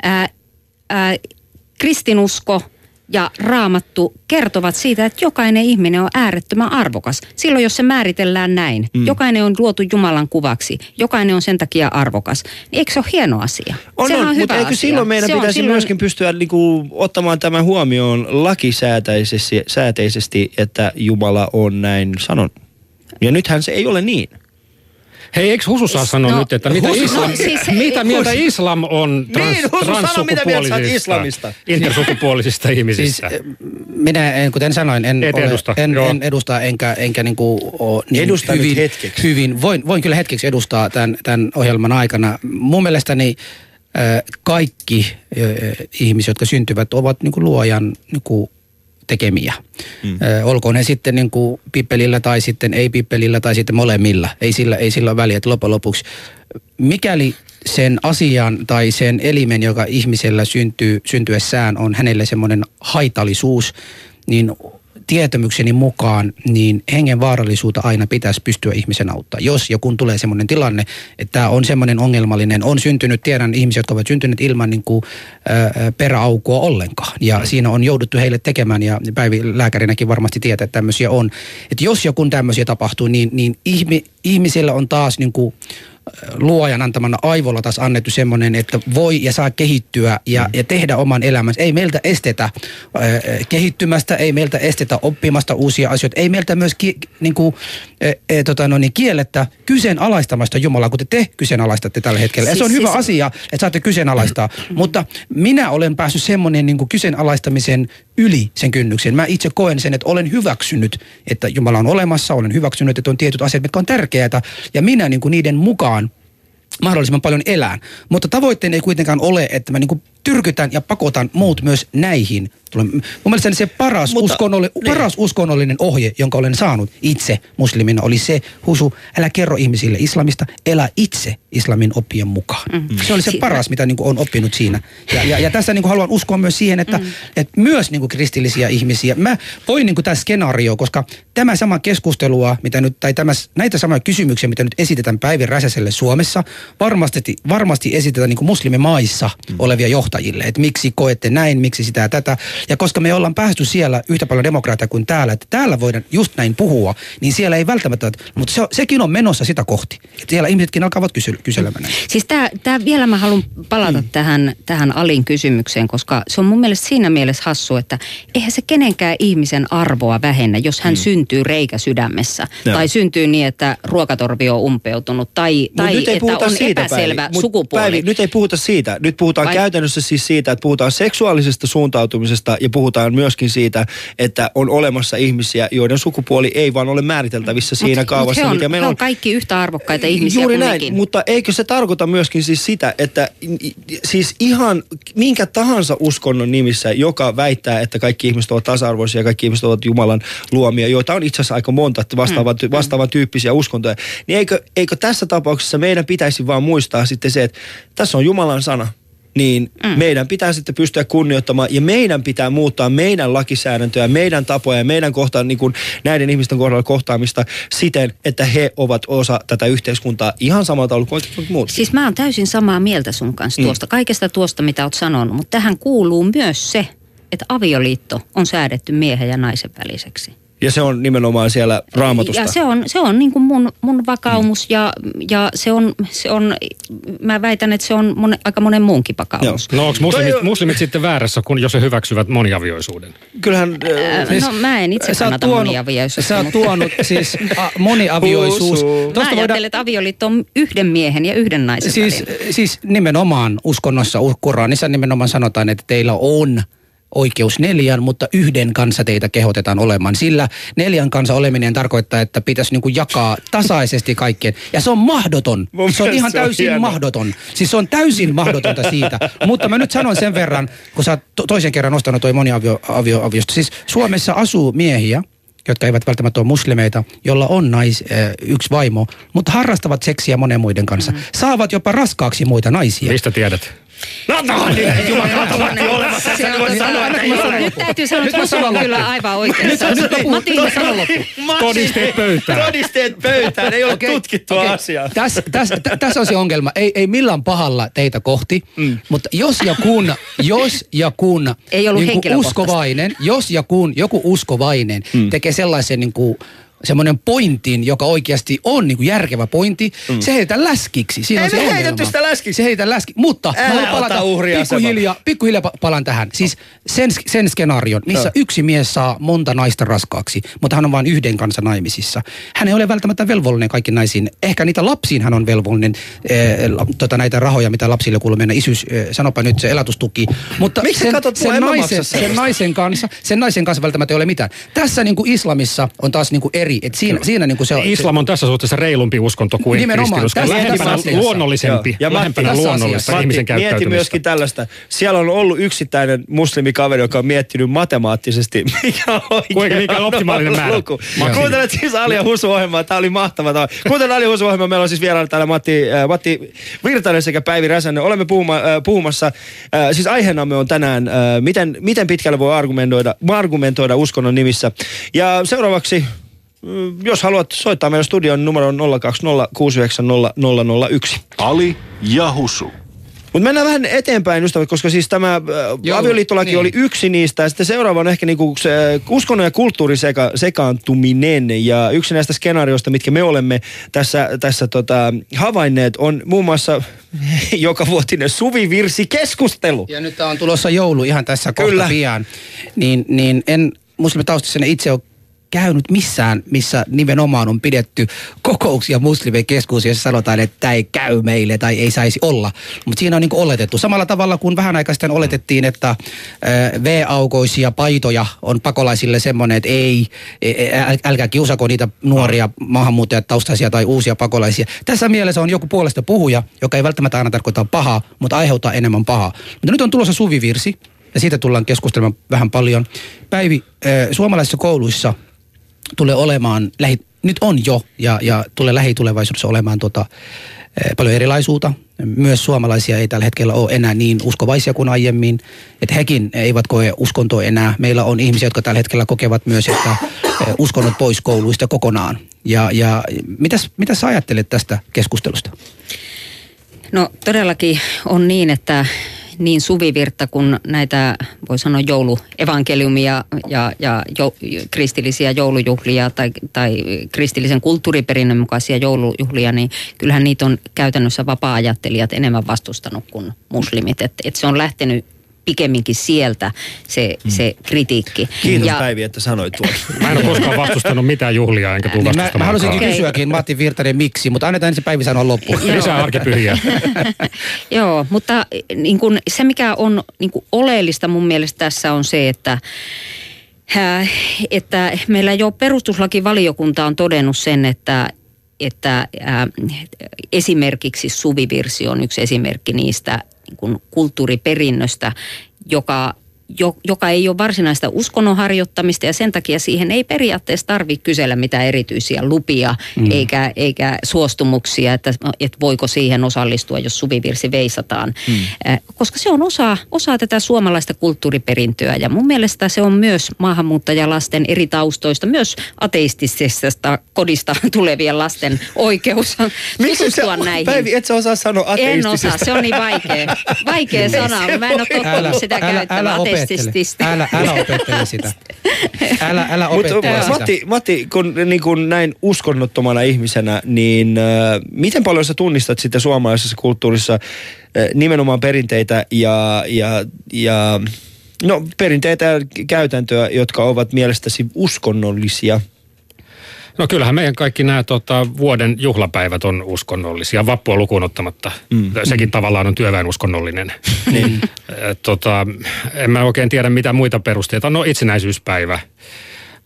kristinusko ja Raamattu kertovat siitä, että jokainen ihminen on äärettömän arvokas. Silloin, jos se määritellään näin, jokainen on luotu Jumalan kuvaksi, jokainen on sen takia arvokas, niin eikö se ole hieno asia? Sehän on hyvä mutta eikö asia. silloin meidän pitäisi myöskin pystyä ottamaan tämän huomioon lakisääteisesti, että Jumala on näin sanonut? Ja nythän se ei ole niin. Hei, eikö Husu saa sanoa nyt, että mitä mieltä islam on transsukupuolisista, intersukupuolisista ihmisistä? Siis, minä, kuten sanoin, en edusta enkä Edusta nyt hetkeksi. Voin kyllä hetkeksi edustaa tämän ohjelman aikana. Mun mielestäni kaikki ihmiset, jotka syntyvät, ovat niin kuin luojan niin kuin tekemiä. Olkoon ne sitten niin kuin pippelillä tai sitten ei pippelillä tai sitten molemmilla. Ei sillä ole väliä, että loppujen lopuksi. Mikäli sen asian tai sen elimen, joka ihmisellä syntyessään on hänelle semmoinen haitallisuus, niin tietämykseni mukaan, niin hengen vaarallisuutta aina pitäisi pystyä ihmisen auttaa. Jos ja kun tulee semmoinen tilanne, että tämä on semmoinen ongelmallinen, on syntynyt, tiedän ihmisiä, jotka ovat syntyneet ilman niin kuin, peräaukua ollenkaan. Ja siinä on jouduttu heille tekemään, ja Päivi lääkärinäkin varmasti tietää, että tämmöisiä on. Että jos ja kun tämmöisiä tapahtuu, niin ihmisillä on taas niin kuin luojan antamana aivolla taas annettu semmoinen, että voi ja saa kehittyä ja tehdä oman elämänsä. Ei meiltä estetä kehittymästä, ei meiltä estetä oppimasta uusia asioita, ei meiltä myös kiellettä kyseenalaistamasta Jumalaa, kuten te kyseenalaistatte tällä hetkellä. Ja se on hyvä asia, että saatte kyseenalaistaa, mutta minä olen päässyt semmoinen niin kuin kyseenalaistamisen yli sen kynnyksen. Mä itse koen sen, että olen hyväksynyt, että Jumala on olemassa, olen hyväksynyt, että on tietyt asiat, mitkä on tärkeitä, ja minä niin kuin niiden mukaan mahdollisimman paljon elään. Mutta tavoitteen ei kuitenkaan ole, että mä niin kuin tyrkytän ja pakotan muut myös näihin. Mun mielestäni se paras uskonnollinen ohje, jonka olen saanut itse muslimina, oli se, Husu, älä kerro ihmisille islamista, elä itse islamin oppien mukaan. Se oli se paras, mitä niin kuin olen oppinut siinä. Ja tässä niin kuin haluan uskoa myös siihen, että myös niin kuin kristillisiä ihmisiä. Mä voin niin kuin tämä skenaario, koska tämä sama keskustelua, mitä nyt, tai näitä samoja kysymyksiä, mitä nyt esitetään Päivi Räsäselle Suomessa, varmasti esitetään niin kuin muslimimaissa olevia johtajille, että miksi koette näin, miksi sitä ja tätä. Ja koska me ollaan päästy siellä yhtä paljon demokraattia kuin täällä, että täällä voidaan just näin puhua, niin siellä ei välttämättä, mutta sekin on menossa sitä kohti. Että siellä ihmisetkin alkavat kyselemään. Siis tää vielä mä haluan palata tähän Alin kysymykseen, koska se on mun mielestä siinä mielessä hassu, että eihän se kenenkään ihmisen arvoa vähennä, jos hän syntyy reikä sydämessä. Tai syntyy niin, että ruokatorvi on umpeutunut tai että on epäselvä sukupuoli. Päivi, nyt ei puhuta siitä. Nyt puhutaan käytännössä siis siitä, että puhutaan seksuaalisesta suuntautumisesta ja puhutaan myöskin siitä, että on olemassa ihmisiä, joiden sukupuoli ei vaan ole määriteltävissä siinä kaavassa, mikä meillä on. He on kaikki yhtä arvokkaita ihmisiä juuri kuin näin, mekin. mutta eikö se tarkoita myöskin siis sitä, että siis ihan minkä tahansa uskonnon nimissä, joka väittää, että kaikki ihmiset ovat tasa-arvoisia ja kaikki ihmiset ovat Jumalan luomia, joita on itse asiassa aika monta vastaavan tyyppisiä uskontoja, niin eikö tässä tapauksessa meidän pitäisi vaan muistaa sitten se, että tässä on Jumalan sana, niin meidän pitää sitten pystyä kunnioittamaan ja meidän pitää muuttaa meidän lakisäädäntöä, meidän tapoja ja meidän kohtaan, niin kuin näiden ihmisten kohdalla kohtaamista siten, että he ovat osa tätä yhteiskuntaa ihan samalla tavalla kuin muut. Siis mä oon täysin samaa mieltä sun kanssa tuosta, kaikesta tuosta, mitä oot sanonut, mutta tähän kuuluu myös se, että avioliitto on säädetty miehen ja naisen väliseksi. Ja se on nimenomaan siellä Raamatusta. Ja se on niin kuin mun vakaumus ja se on, mä väitän, että se on aika monen muunkin vakaumus. No onko muslimit sitten väärässä, jos he hyväksyvät moniavioisuuden? Kyllähän... no mä en itse kannata moniavioisuutta. Sä oot tuonut siis moniavioisuus. Mä ajattelen, että avioliitto on yhden miehen ja yhden naisen välillä. Siis nimenomaan uskonnossa, Koranissa nimenomaan sanotaan, että teillä on oikeus 4, mutta 1 kanssa teitä kehotetaan olemaan. Sillä 4 kanssa oleminen tarkoittaa, että pitäisi niin kuin jakaa tasaisesti kaikkien. Ja se on mahdoton. Se on ihan täysin mahdoton. Siis se on täysin mahdotonta siitä. Mutta mä nyt sanon sen verran, kun sä oot toisen kerran nostanut toi moniaviosta. Siis Suomessa asuu miehiä, jotka eivät välttämättä ole muslimeita, jolla on yksi vaimo, mutta harrastavat seksiä monen muiden kanssa. Saavat jopa raskaaksi muita naisia. Mistä tiedät? Nyt täytyy sanoa, että Husu on kyllä aivan oikeassa. Todisteet pöytään. Todisteet pöytään, ei ole tutkittua asiaa. Tässä on se ongelma. Ei millään pahalla teitä kohti, mutta jos ja kun ei ollut niin uskovainen, jos ja kun joku uskovainen tekee sellaisen niin kuin semmoinen pointin, joka oikeasti on niin kuin järkevä pointti, se heitän läskiksi. Siinä ei on se me ongelma. heitetty sitä läskiksi. Se heitän läskiksi. Mutta pikkuhiljaa palaan tähän. Siis sen skenaarion, missä yksi mies saa monta naista raskaaksi, mutta hän on vain yhden kanssa naimisissa. Hän ei ole välttämättä velvollinen kaikki naisiin. Ehkä niitä lapsiin hän on velvollinen, näitä rahoja, mitä lapsille kuuluu mennä. Isyys, sanopa nyt se elatustuki. Mutta sen naisen kanssa välttämättä ei ole mitään. Tässä niin kuin islamissa on taas niin kuin eri. Et siinä niin kuin se on. Islam on tässä suhteessa reilumpi uskonto kuin kristinusko. Lähempänä luonnollisempi. Ja lähempänä luonnollista ihmisen käyttäytymistä. Mieti myöskin tällaista. Siellä on ollut yksittäinen muslimikaveri, joka on miettinyt matemaattisesti, mikä on optimaalinen määrä. Kuuntelet siis Ali ja Husu-ohjelmaa. Tämä oli mahtavaa. Kuuntelet Ali ja Husu-ohjelmaa. Meillä on siis vieraana täällä Matti Virtanen sekä Päivi Räsänen. Olemme puhumassa. Siis aiheenamme on tänään, miten pitkälle voi argumentoida uskonnon nimissä. Ja seuraavaksi, jos haluat soittaa meidän studion, numero on 020690001. Ali ja Husu. Mutta mennään vähän eteenpäin, ystävät, koska siis tämä avioliittolaki oli yksi niistä. Ja sitten seuraava on ehkä niinku se uskonnon ja kulttuurin sekaantuminen. Ja yksi näistä skenaarioista, mitkä me olemme tässä havainneet, on muun muassa jokavuotinen suvivirsikeskustelu. Ja nyt on tulossa joulu ihan tässä kohta pian. Niin en muslimitaustaisena itse ole käynyt missään, missä nimenomaan on pidetty kokouksia muslimien keskuudessa, jossa sanotaan, että tämä ei käy meille tai ei saisi olla. Mutta siinä on niin kuin oletettu. Samalla tavalla kuin vähän aikaa sitten oletettiin, että V-aukoisia paitoja on pakolaisille semmoinen, että älkää kiusako niitä nuoria maahanmuuttajataustaisia tai uusia pakolaisia. Tässä mielessä on joku puolesta puhuja, joka ei välttämättä aina tarkoita pahaa, mutta aiheuttaa enemmän pahaa. Mutta nyt on tulossa suvivirsi ja siitä tullaan keskustelemaan vähän paljon. Päivi, suomalaisissa kouluissa tulee olemaan, nyt on jo ja tulee lähitulevaisuudessa olemaan paljon erilaisuutta. Myös suomalaisia ei tällä hetkellä ole enää niin uskovaisia kuin aiemmin, että hekin eivät koe uskontoa enää. Meillä on ihmisiä, jotka tällä hetkellä kokevat myös, että uskonnot pois kouluista kokonaan. Ja mitä sä ajattelet tästä keskustelusta? No todellakin on niin, että niin suvivirttä kuin näitä, voi sanoa jouluevankeliumia ja kristillisiä joulujuhlia tai kristillisen kulttuuriperinnön mukaisia joulujuhlia, niin kyllähän niitä on käytännössä vapaa-ajattelijat enemmän vastustanut kuin muslimit. Että se on lähtenyt pikemminkin sieltä se kritiikki. Kiitos Päivi, että sanoit tuon. Mä en ole koskaan vastustanut mitään juhlia, enkä tule vastustamaan. Mä haluaisinkin kysyäkin Matti Virtanen miksi, mutta annetaan se Päivi sanoa loppuun. Lisää arkipyhiä. Joo, mutta niin kun, se mikä on niin kun oleellista mun mielestä tässä on se, että meillä jo perustuslakivaliokunta on todennut sen, että esimerkiksi suvivirsi on yksi esimerkki niistä niin kuin kulttuuriperinnöstä, joka ei ole varsinaista uskonnon harjoittamista ja sen takia siihen ei periaatteessa tarvitse kysellä mitään erityisiä lupia eikä suostumuksia, että voiko siihen osallistua, jos suvivirsi veisataan. Koska se on osa tätä suomalaista kulttuuriperintöä ja mun mielestä se on myös maahanmuuttajalasten eri taustoista, myös ateistisesta kodista tulevien lasten oikeus tutustua näihin. Päivi, et sä osaa sanoa ateistisesta? En osaa, se on niin vaikea sana. Mä en ole tottunut sitä käyttämään ateistista. Älä opettele sitä. Älä opettele sitä. Matti, kun näin uskonnottomana ihmisenä, niin miten paljon sä tunnistat sitten suomalaisessa kulttuurissa nimenomaan perinteitä ja perinteitä ja käytäntöä, jotka ovat mielestäsi uskonnollisia? No kyllähän meidän kaikki nämä vuoden juhlapäivät on uskonnollisia, vappua lukuun ottamatta. Sekin tavallaan on työväen uskonnollinen. Niin. En mä oikein tiedä mitä muita perusteita. No itsenäisyyspäivä.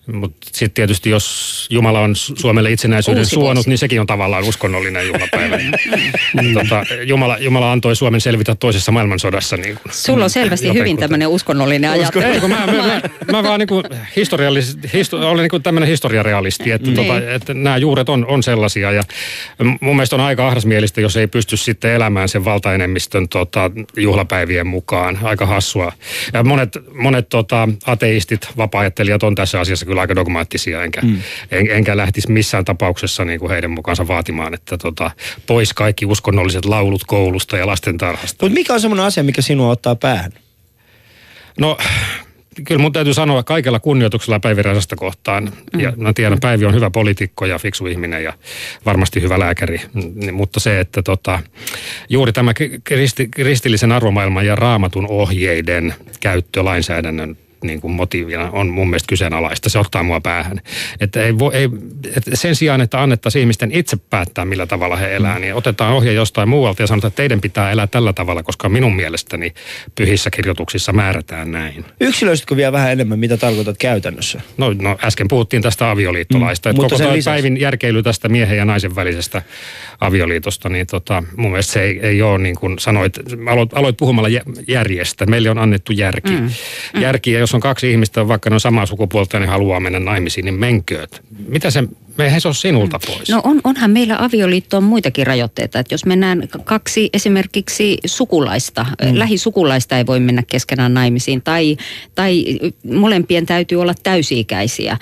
Mutta sitten tietysti, jos Jumala on Suomelle itsenäisyyden suonut, niin sekin on tavallaan uskonnollinen juhlapäivä. Jumala antoi Suomen selvitä toisessa maailmansodassa. Niin sulla on selvästi hyvin tämmöinen uskonnollinen ajattelu. Mä vaan niin olen niin tämmöinen historiarealisti, että nämä juuret on sellaisia. Ja mun mielestä on aika ahdasmielistä, jos ei pysty sitten elämään sen valtaenemmistön juhlapäivien mukaan. Aika hassua. Ja monet ateistit, vapaa-ajattelijat on tässä asiassa kyllä aika dogmaattisia, enkä lähtisi missään tapauksessa niin kuin heidän mukaansa vaatimaan, että pois kaikki uskonnolliset laulut koulusta ja lastentarhasta. Mutta mikä on semmoinen asia, mikä sinua ottaa päähän? No, kyllä mun täytyy sanoa kaikella kunnioituksella Päivi Räsästä kohtaan. Ja mä tiedän, Päivi on hyvä poliitikko ja fiksu ihminen ja varmasti hyvä lääkäri. Mutta se, että juuri tämä kristillisen arvomaailman ja raamatun ohjeiden käyttö lainsäädännön niin kuin motiivina on mun mielestä kyseenalaista. Se ottaa mua päähän. Että sen sijaan, että annettaisiin ihmisten itse päättää, millä tavalla he elää, niin otetaan ohje jostain muualta ja sanotaan, että teidän pitää elää tällä tavalla, koska minun mielestäni pyhissä kirjoituksissa määrätään näin. Yksilöisitkö vielä vähän enemmän, mitä tarkoitat käytännössä? No äsken puhuttiin tästä avioliittolaista. Että koko Päivin järkeily tästä miehen ja naisen välisestä avioliitosta, niin mun mielestä se ei ole niin kuin sanoit, aloit puhumalla järjestä. Meille on annettu järki. Järki, ja jos on kaksi ihmistä, vaikka ne on samaa sukupuolta ja ne haluaa mennä naimisiin, niin menkööt. Eihän se ole sinulta pois. No onhan meillä avioliittoon muitakin rajoitteita. Että jos mennään kaksi esimerkiksi sukulaista, lähisukulaista ei voi mennä keskenään naimisiin. Tai molempien täytyy olla täysi-ikäisiä.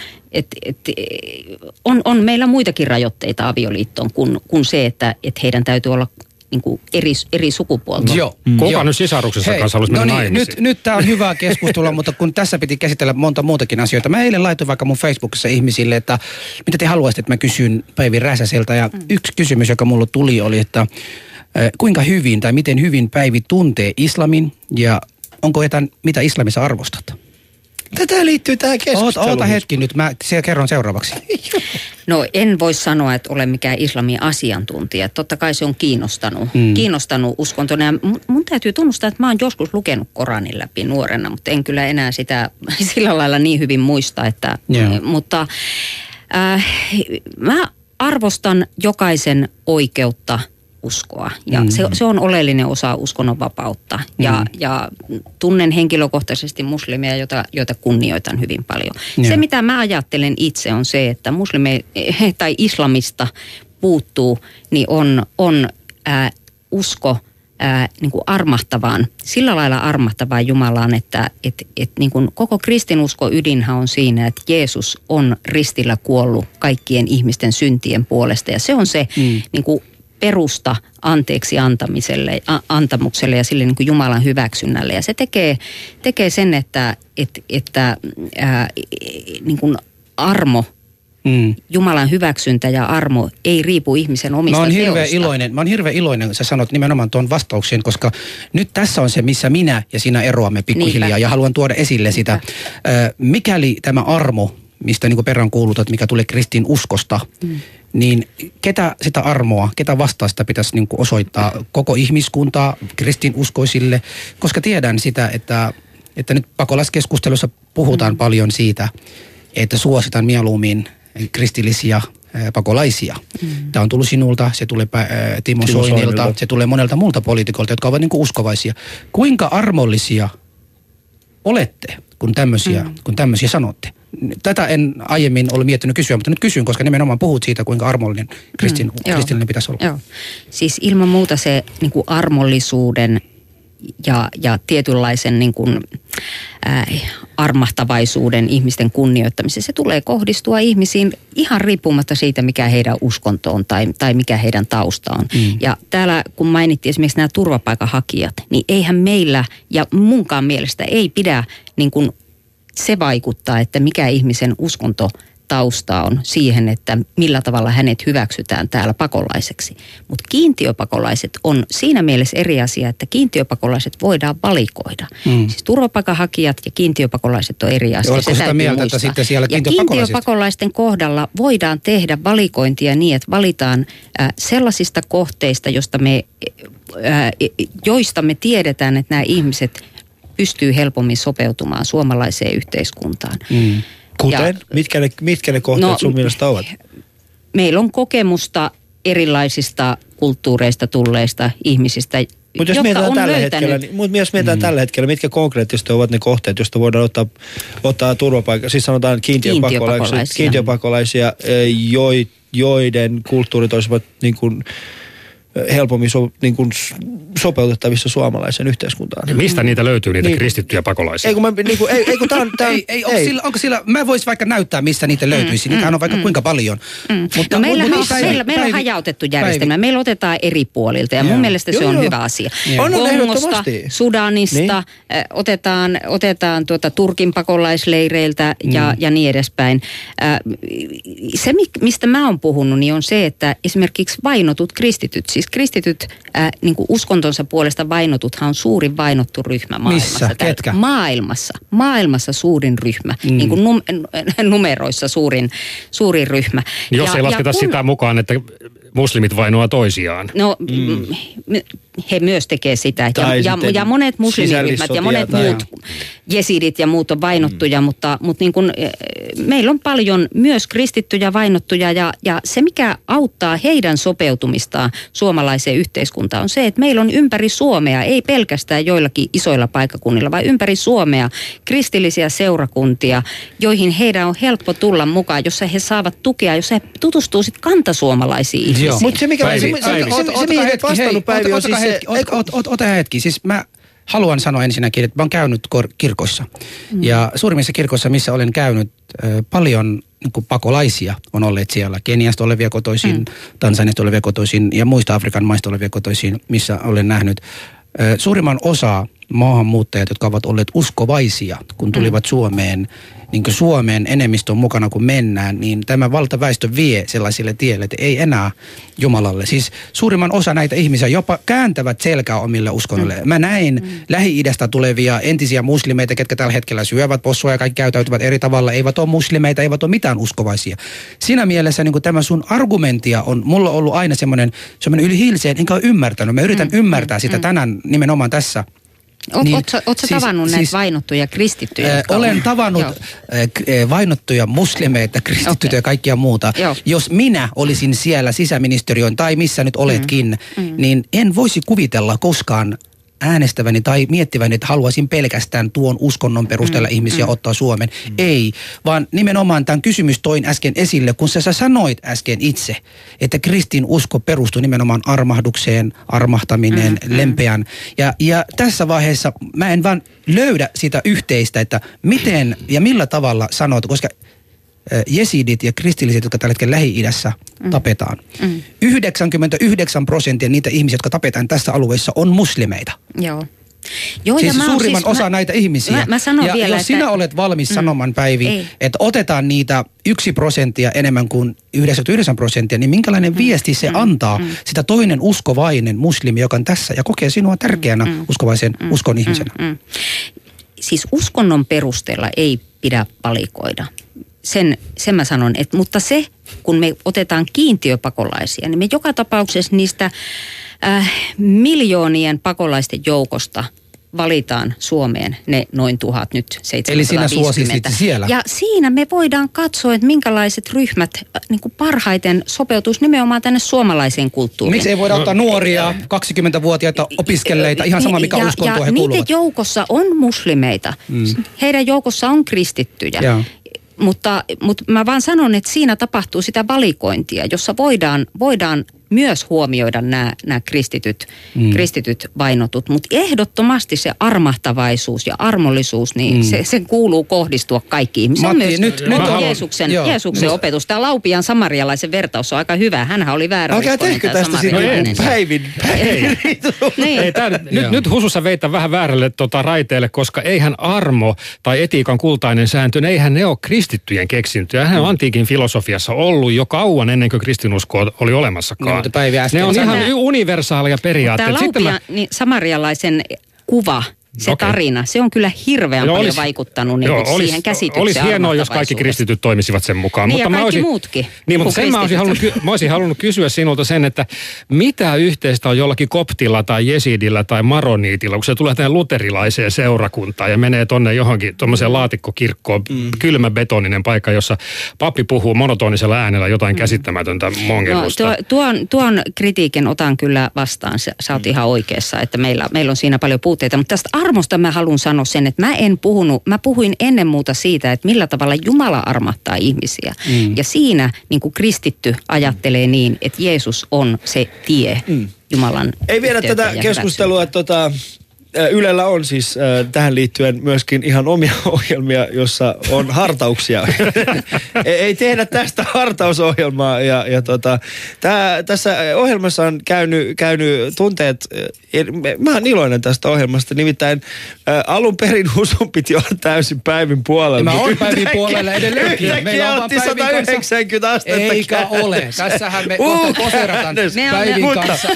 On meillä muitakin rajoitteita avioliittoon kuin se, että heidän täytyy olla niin kuin eri sukupuolta. Joo. Kuka nyt sisaruksessa kanssa haluaisi mennä naimisiin? Nyt tämä on hyvää keskustelua, mutta kun tässä piti käsitellä monta muutakin asioita. Mä eilen laitoin vaikka mun Facebookissa ihmisille, että mitä te haluaisitte, että mä kysyn Päivi Räsäseltä. Ja yksi kysymys, joka mulle tuli, oli, että kuinka hyvin tai miten hyvin Päivi tuntee islamin ja onko jotain, mitä islamissa arvostat? Tätä liittyy tähän keskusteluun. Oota hetki nyt, mä kerron seuraavaksi. No en voi sanoa, että olen mikään islamin asiantuntija. Totta kai se on kiinnostanut uskontona. Mun täytyy tunnustaa, että mä oon joskus lukenut Koranin läpi nuorena, mutta en kyllä enää sitä sillä lailla niin hyvin muista. Mutta mä arvostan jokaisen oikeutta uskoa. Ja se on oleellinen osa uskonnonvapautta. Ja tunnen henkilökohtaisesti muslimeja, joita kunnioitan hyvin paljon. Se, mitä mä ajattelen itse, on se, että tai islamista puuttuu, niin on usko niin kuin armahtavaan, sillä lailla armahtavaan Jumalaan, että niin kuin koko kristinusko ydinhän on siinä, että Jeesus on ristillä kuollut kaikkien ihmisten syntien puolesta. Ja se on se niin kuin perusta anteeksi antamukselle ja sille niin kuin Jumalan hyväksynnälle. Ja se tekee sen, että niin kuin armo, Jumalan hyväksyntä ja armo ei riipu ihmisen omista teoista. Mä oon hirveän iloinen, sä sanot nimenomaan tuon vastauksen, koska nyt tässä on se, missä minä ja sinä eroamme pikkuhiljaa ja haluan tuoda esille sitä. Mikäli tämä armo, mistä niin kuin peräänkuulutat, mikä tulee kristin uskosta, niin ketä sitä armoa, ketä vastausta pitäisi niin kuin osoittaa koko ihmiskuntaa kristinuskoisille, koska tiedän sitä, että nyt pakolaiskeskustelussa puhutaan paljon siitä, että suositaan mieluummin kristillisiä pakolaisia. Tämä on tullut sinulta, se tulee Timo Soinilta, se tulee monelta muulta poliitikolta, jotka ovat niin kuin uskovaisia. Kuinka armollisia olette, kun tämmöisiä sanotte? Tätä en aiemmin ole miettinyt kysyä, mutta nyt kysyn, koska nimenomaan puhut siitä, kuinka armollinen kristillinen pitäisi olla. Joo. Siis ilman muuta se niin kuin armollisuuden ja tietynlaisen niin kuin, armahtavaisuuden ihmisten kunnioittamisen, se tulee kohdistua ihmisiin ihan riippumatta siitä, mikä heidän uskonto on tai mikä heidän tausta on. Ja täällä, kun mainittiin esimerkiksi nämä turvapaikanhakijat, niin eihän meillä ja munkaan mielestä ei pidä niin kuin se vaikuttaa, että mikä ihmisen uskontotausta on siihen, että millä tavalla hänet hyväksytään täällä pakolaiseksi. Mutta kiintiöpakolaiset on siinä mielessä eri asia, että kiintiöpakolaiset voidaan valikoida. Siis turvapaikanhakijat ja kiintiöpakolaiset on eri asia. Oletko sitä mieltä, että sitten siellä kiintiöpakolaisten kohdalla voidaan tehdä valikointia niin, että valitaan sellaisista kohteista, joista me tiedetään, että nämä ihmiset pystyy helpommin sopeutumaan suomalaiseen yhteiskuntaan. Kuten? Mitkä ne kohteet sun mielestä ovat? Meillä on kokemusta erilaisista kulttuureista tulleista ihmisistä, Mutta jos mietitään tällä hetkellä, mitkä konkreettisesti ovat ne kohteet, joista voidaan ottaa turvapaikkaa, siis sanotaan kiintiöpakolaisia, joiden kulttuurit olisivat niin kuin helpommin sopeutettavissa suomalaiseen yhteiskuntaan. Ja mistä niitä löytyy, niitä kristittyjä pakolaisia? Onko sillä, mä vois vaikka näyttää, missä niitä löytyisi. Niitähän on vaikka kuinka paljon. Mutta meillä on hajautettu järjestelmä. Meillä otetaan eri puolilta ja mun mielestä se on hyvä asia. Kongosta, Sudanista, otetaan Turkin pakolaisleireiltä ja niin edespäin. Se, mistä mä oon puhunut, niin on se, että esimerkiksi vainotut kristityt, siis kristityt niin kuin uskontonsa puolesta vainotuthan on suurin vainottu ryhmä maailmassa. Missä? Ketkä? Maailmassa suurin ryhmä, niin kuin numeroissa suurin ryhmä. Jos ei lasketa sitä mukaan, että muslimit vainoaa toisiaan. No, he myös tekee sitä. Ja monet muslimiryhmät ja monet muut, jesidit ja muut on vainottuja, mutta niin kuin, meillä on paljon myös kristittyjä vainottuja ja se, mikä auttaa heidän sopeutumistaan suomalaiseen yhteiskuntaan on se, että meillä on ympäri Suomea, ei pelkästään joillakin isoilla paikkakunnilla, vaan ympäri Suomea kristillisiä seurakuntia, joihin heidän on helppo tulla mukaan, jossa he saavat tukea, jos he tutustuu sitten kantasuomalaisiin ihmisiin. Mutta se mikä mihin et vastannut, Päivi, on siis se... Ota hetki, siis mä haluan sanoa ensinnäkin, että mä oon käynyt kirkossa. Ja suurimmissa kirkoissa, missä olen käynyt, paljon niin pakolaisia on olleet siellä. Keniasta olevia kotoisin, Tansaniasta olevia kotoisin ja muista Afrikan maista olevia kotoisin, missä olen nähnyt. Suurimman osa maahanmuuttajat, jotka ovat olleet uskovaisia, kun tulivat Suomeen, niin kuin Suomen enemmistön mukana kun mennään, niin tämä valtaväestö vie sellaisille tielle, että ei enää Jumalalle. Siis suurimman osa näitä ihmisiä jopa kääntävät selkää omille uskonnoille. Mä näin Lähi-idästä tulevia entisiä muslimeita, ketkä tällä hetkellä syövät possua ja kaikki käytäytyvät eri tavalla, eivät ole muslimeita, eivät ole mitään uskovaisia. Siinä mielessä niin kuin tämä sun argumentia on mulla ollut aina semmoinen ylhiilseen, enkä ole ymmärtänyt. Mä yritän ymmärtää sitä tänään nimenomaan tässä. Oletko tavannut näitä vainottuja kristittyjä? Olen tavannut vainottuja muslimeita, kristittyjä ja kaikkia muuta. Jos minä olisin siellä sisäministeriön tai missä nyt oletkin, niin en voisi kuvitella koskaan äänestäväni tai miettiväni, että haluaisin pelkästään tuon uskonnon perusteella ihmisiä ottaa Suomen. Ei, vaan nimenomaan tämän kysymys toin äsken esille, kun sä sanoit äsken itse, että kristin usko perustuu nimenomaan armahdukseen, armahtaminen, lempeän. Ja tässä vaiheessa mä en vaan löydä sitä yhteistä, että miten ja millä tavalla sanot, koska jesidit ja kristilliset, jotka tällä hetkellä Lähi-idässä tapetaan. 99% niitä ihmisiä, jotka tapetaan tässä alueessa, on muslimeita. Joo, siis suurimman osa näitä ihmisiä. Mä sanon ja vielä, jos sinä olet valmis sanomaan, Päivi, että otetaan niitä 1% enemmän kuin 99%, niin minkälainen viesti se antaa sitä toinen uskovainen muslimi, joka on tässä ja kokee sinua tärkeänä uskovaisen uskon ihmisenä? Siis uskonnon perusteella ei pidä valikoida. Sen mä sanon, mutta se, kun me otetaan kiintiöpakolaisia, niin me joka tapauksessa niistä miljoonien pakolaisten joukosta valitaan Suomeen ne noin 1750. Eli sinä suosisit siellä? Ja siinä me voidaan katsoa, että minkälaiset ryhmät niin kuin parhaiten sopeutuisi nimenomaan tänne suomalaiseen kulttuuriin. Miksi ei voida ottaa nuoria, 20-vuotiaita opiskelleita, ihan sama mikä uskontoa he kuuluvat? Ja niiden joukossa on muslimeita, heidän joukossa on kristittyjä. Mutta mä vaan sanon, että siinä tapahtuu sitä valikointia, jossa voidaan myös huomioida nämä kristityt vainotut. Mutta ehdottomasti se armahtavaisuus ja armollisuus, niin se kuuluu kohdistua kaikkiin ihmisiin. Se on myös Jeesuksen opetus. Tämä Laupian samarialaisen vertaus on aika hyvä. Hänhän oli väärä. Älkää tehkö tästä sitten Päivin. Nyt Husussa veitä vähän väärälle raiteelle, koska eihän armo tai etiikan kultainen sääntö, eihän ne ole kristittyjen keksintöjä. Hän on antiikin filosofiassa ollut jo kauan ennen kuin kristinusko oli olemassakaan. Ne on ihan universaaleja periaatteita. Tämä Laupian samarialaisen kuva se tarina, se on kyllä hirveän paljon vaikuttanut siihen käsitykseen. Olisi hienoa, jos kaikki kristityt toimisivat sen mukaan. Niin, mutta ja kaikki muutkin. Niin, mutta sen mä olisin halunnut kysyä sinulta sen, että mitä yhteistä on jollakin koptilla tai jesidillä tai maroniitilla, kun se tulee tänne luterilaiseen seurakuntaan ja menee tonne johonkin tuommoiseen laatikkokirkkoon, kylmä betoninen paikka, jossa pappi puhuu monotonisella äänellä jotain käsittämätöntä mongellusta. No, tuon kritiikin otan kyllä vastaan, sä oot ihan oikeassa, että meillä on siinä paljon puutteita, mutta tästä armosta mä haluan sanoa sen, että mä puhuin ennen muuta siitä, että millä tavalla Jumala armahtaa ihmisiä. Ja siinä niin kuin kristitty ajattelee niin, että Jeesus on se tie Jumalan. Ei viedä tätä keskustelua, että Ylellä on siis tähän liittyen myöskin ihan omia ohjelmia, jossa on hartauksia. Ei tehdä tästä hartausohjelmaa. Tässä ohjelmassa on käynyt tunteet, mä oon iloinen tästä ohjelmasta, nimittäin alun perin Husun piti olla täysin Päivin puolella. Mä oon Päivin puolella edelleenkin. Yhtäkkiä otti 190 astetta. Eikä ole. Tässähän me kohta poserataan Päivin kanssa.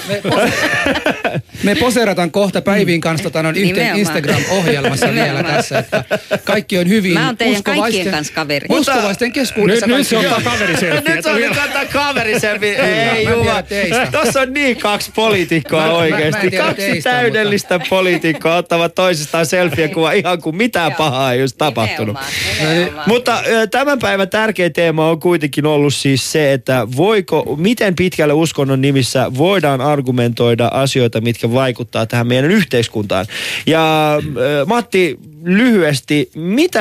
Me poserataan kohta Päivin kanssa yhteen Instagram-ohjelmassa vielä tässä, että kaikki on hyvin. Mä oon teidän kaikkien kanssa kaveri. Uskovaisten keskuudessa. Nyt se ottaa kaveriselfiä. Nyt se ottaa kaveriselfiä. Ei Jumala. Tossa on niin kaksi poliitikkoa oikeesti. Kaksi täydellistä poliitikkoa ottavat toisistaan selfie-kuva ihan kuin mitään pahaa ei olisi tapahtunut. Mutta tämän päivän tärkeä teema on kuitenkin ollut siis se, että miten pitkälle uskonnon nimissä voidaan argumentoida asioita, mitkä vaikuttaa tähän meidän yhteiskuntaan. Ja Matti, lyhyesti,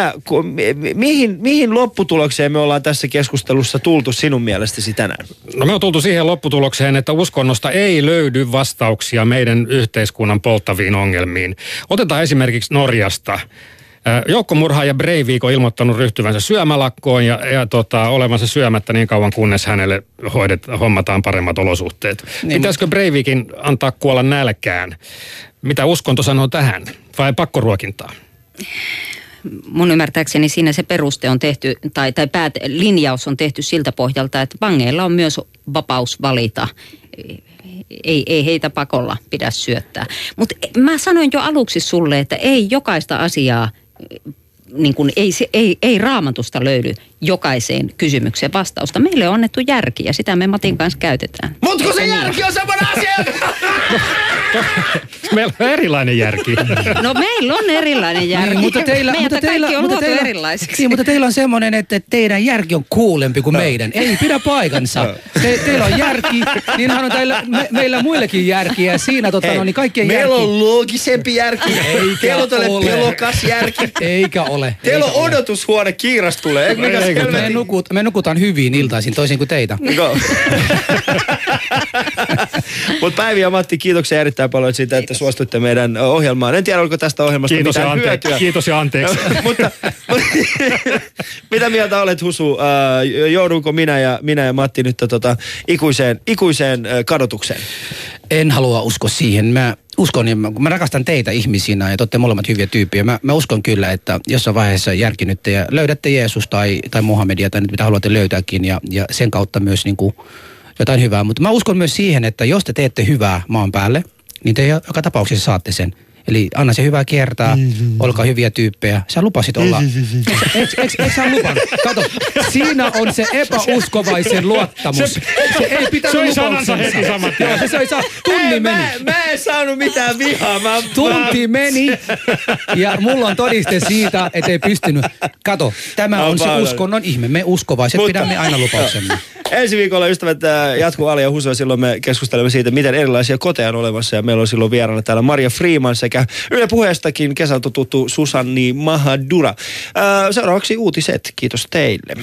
mihin lopputulokseen me ollaan tässä keskustelussa tultu sinun mielestäsi tänään? No me on tultu siihen lopputulokseen, että uskonnosta ei löydy vastauksia meidän yhteiskunnan polttaviin ongelmiin. Otetaan esimerkiksi Norjasta. Joukkomurhaaja Breivik on ilmoittanut ryhtyvänsä syömälakkoon ja olevansa syömättä niin kauan, kunnes hänelle hommataan paremmat olosuhteet. Niin, pitäisikö Breivikin antaa kuolla nälkään? Mitä uskonto sanoo tähän? Vai pakkoruokintaa? Mun ymmärtääkseni siinä se peruste on tehty, tai linjaus on tehty siltä pohjalta, että vangeilla on myös vapaus valita. Ei heitä pakolla pidä syöttää. Mutta mä sanoin jo aluksi sulle, että ei jokaista asiaa, niin kun ei Raamatusta löydy jokaiseen kysymykseen vastausta. Meille on annettu järki ja sitä me Matin kanssa käytetään. Mutta kun se järki on semmoinen asia! Meillä on erilainen järki. No meillä on erilainen järki. Niin, mutta teillä on semmoinen, että teidän järki on kuulempi kuin meidän. Ei pidä paikansa. Teillä on järki, niinhän on meillä muillekin järkiä. Ja siinä niin kaikkien järki. Meillä on loogisempi järki. Teillä on tällainen pelokas järki. Eikä ole. Teillä on odotushuone, kiiras tulee. Me nukutaan hyvin iltaisin, toisin kuin teitä. Mutta Päivi ja Matti, kiitoksia erittäin paljon siitä, että suostuitte meidän ohjelmaan. En tiedä, oliko tästä ohjelmasta mitään hyötyä. Kiitos ja anteeksi. mutta mitä mieltä olet, Husu? Joudunko minä ja Matti nyt ikuiseen kadotukseen? En halua uskoa siihen. Mä mä rakastan teitä ihmisinä ja te olette molemmat hyviä tyyppiä. Mä uskon kyllä, että jossain vaiheessa järkinytte ja löydätte Jeesus tai Muhammedia tai nyt mitä haluatte löytääkin ja sen kautta myös niin kuin jotain hyvää. Mutta mä uskon myös siihen, että jos te teette hyvää maan päälle, niin te joka tapauksessa saatte sen. Eli anna se hyvää kiertää, olkaa hyviä tyyppejä. Sä lupasit olla. Eikö sä lupannut? Kato, siinä on se epäuskovaisen luottamus. Se ei pitänyt lupauksensa. Se ei saa, tunni meni. Mä en saanut mitään vihaa. Tunti meni ja mulla on todiste siitä, että ei pystynyt. Kato, tämä on se uskonnon ihme. Me uskovaiset pidämme aina lupauksemme. Ensi viikolla ystävät jatkuu Ali ja Husu ja silloin me keskustelemme siitä, miten erilaisia koteja on olemassa ja meillä on silloin vieraana täällä Maria Freeman sekä Yle Puheestakin kesältä tuttu Susanni Mahadura. Seuraavaksi uutiset. Kiitos teille.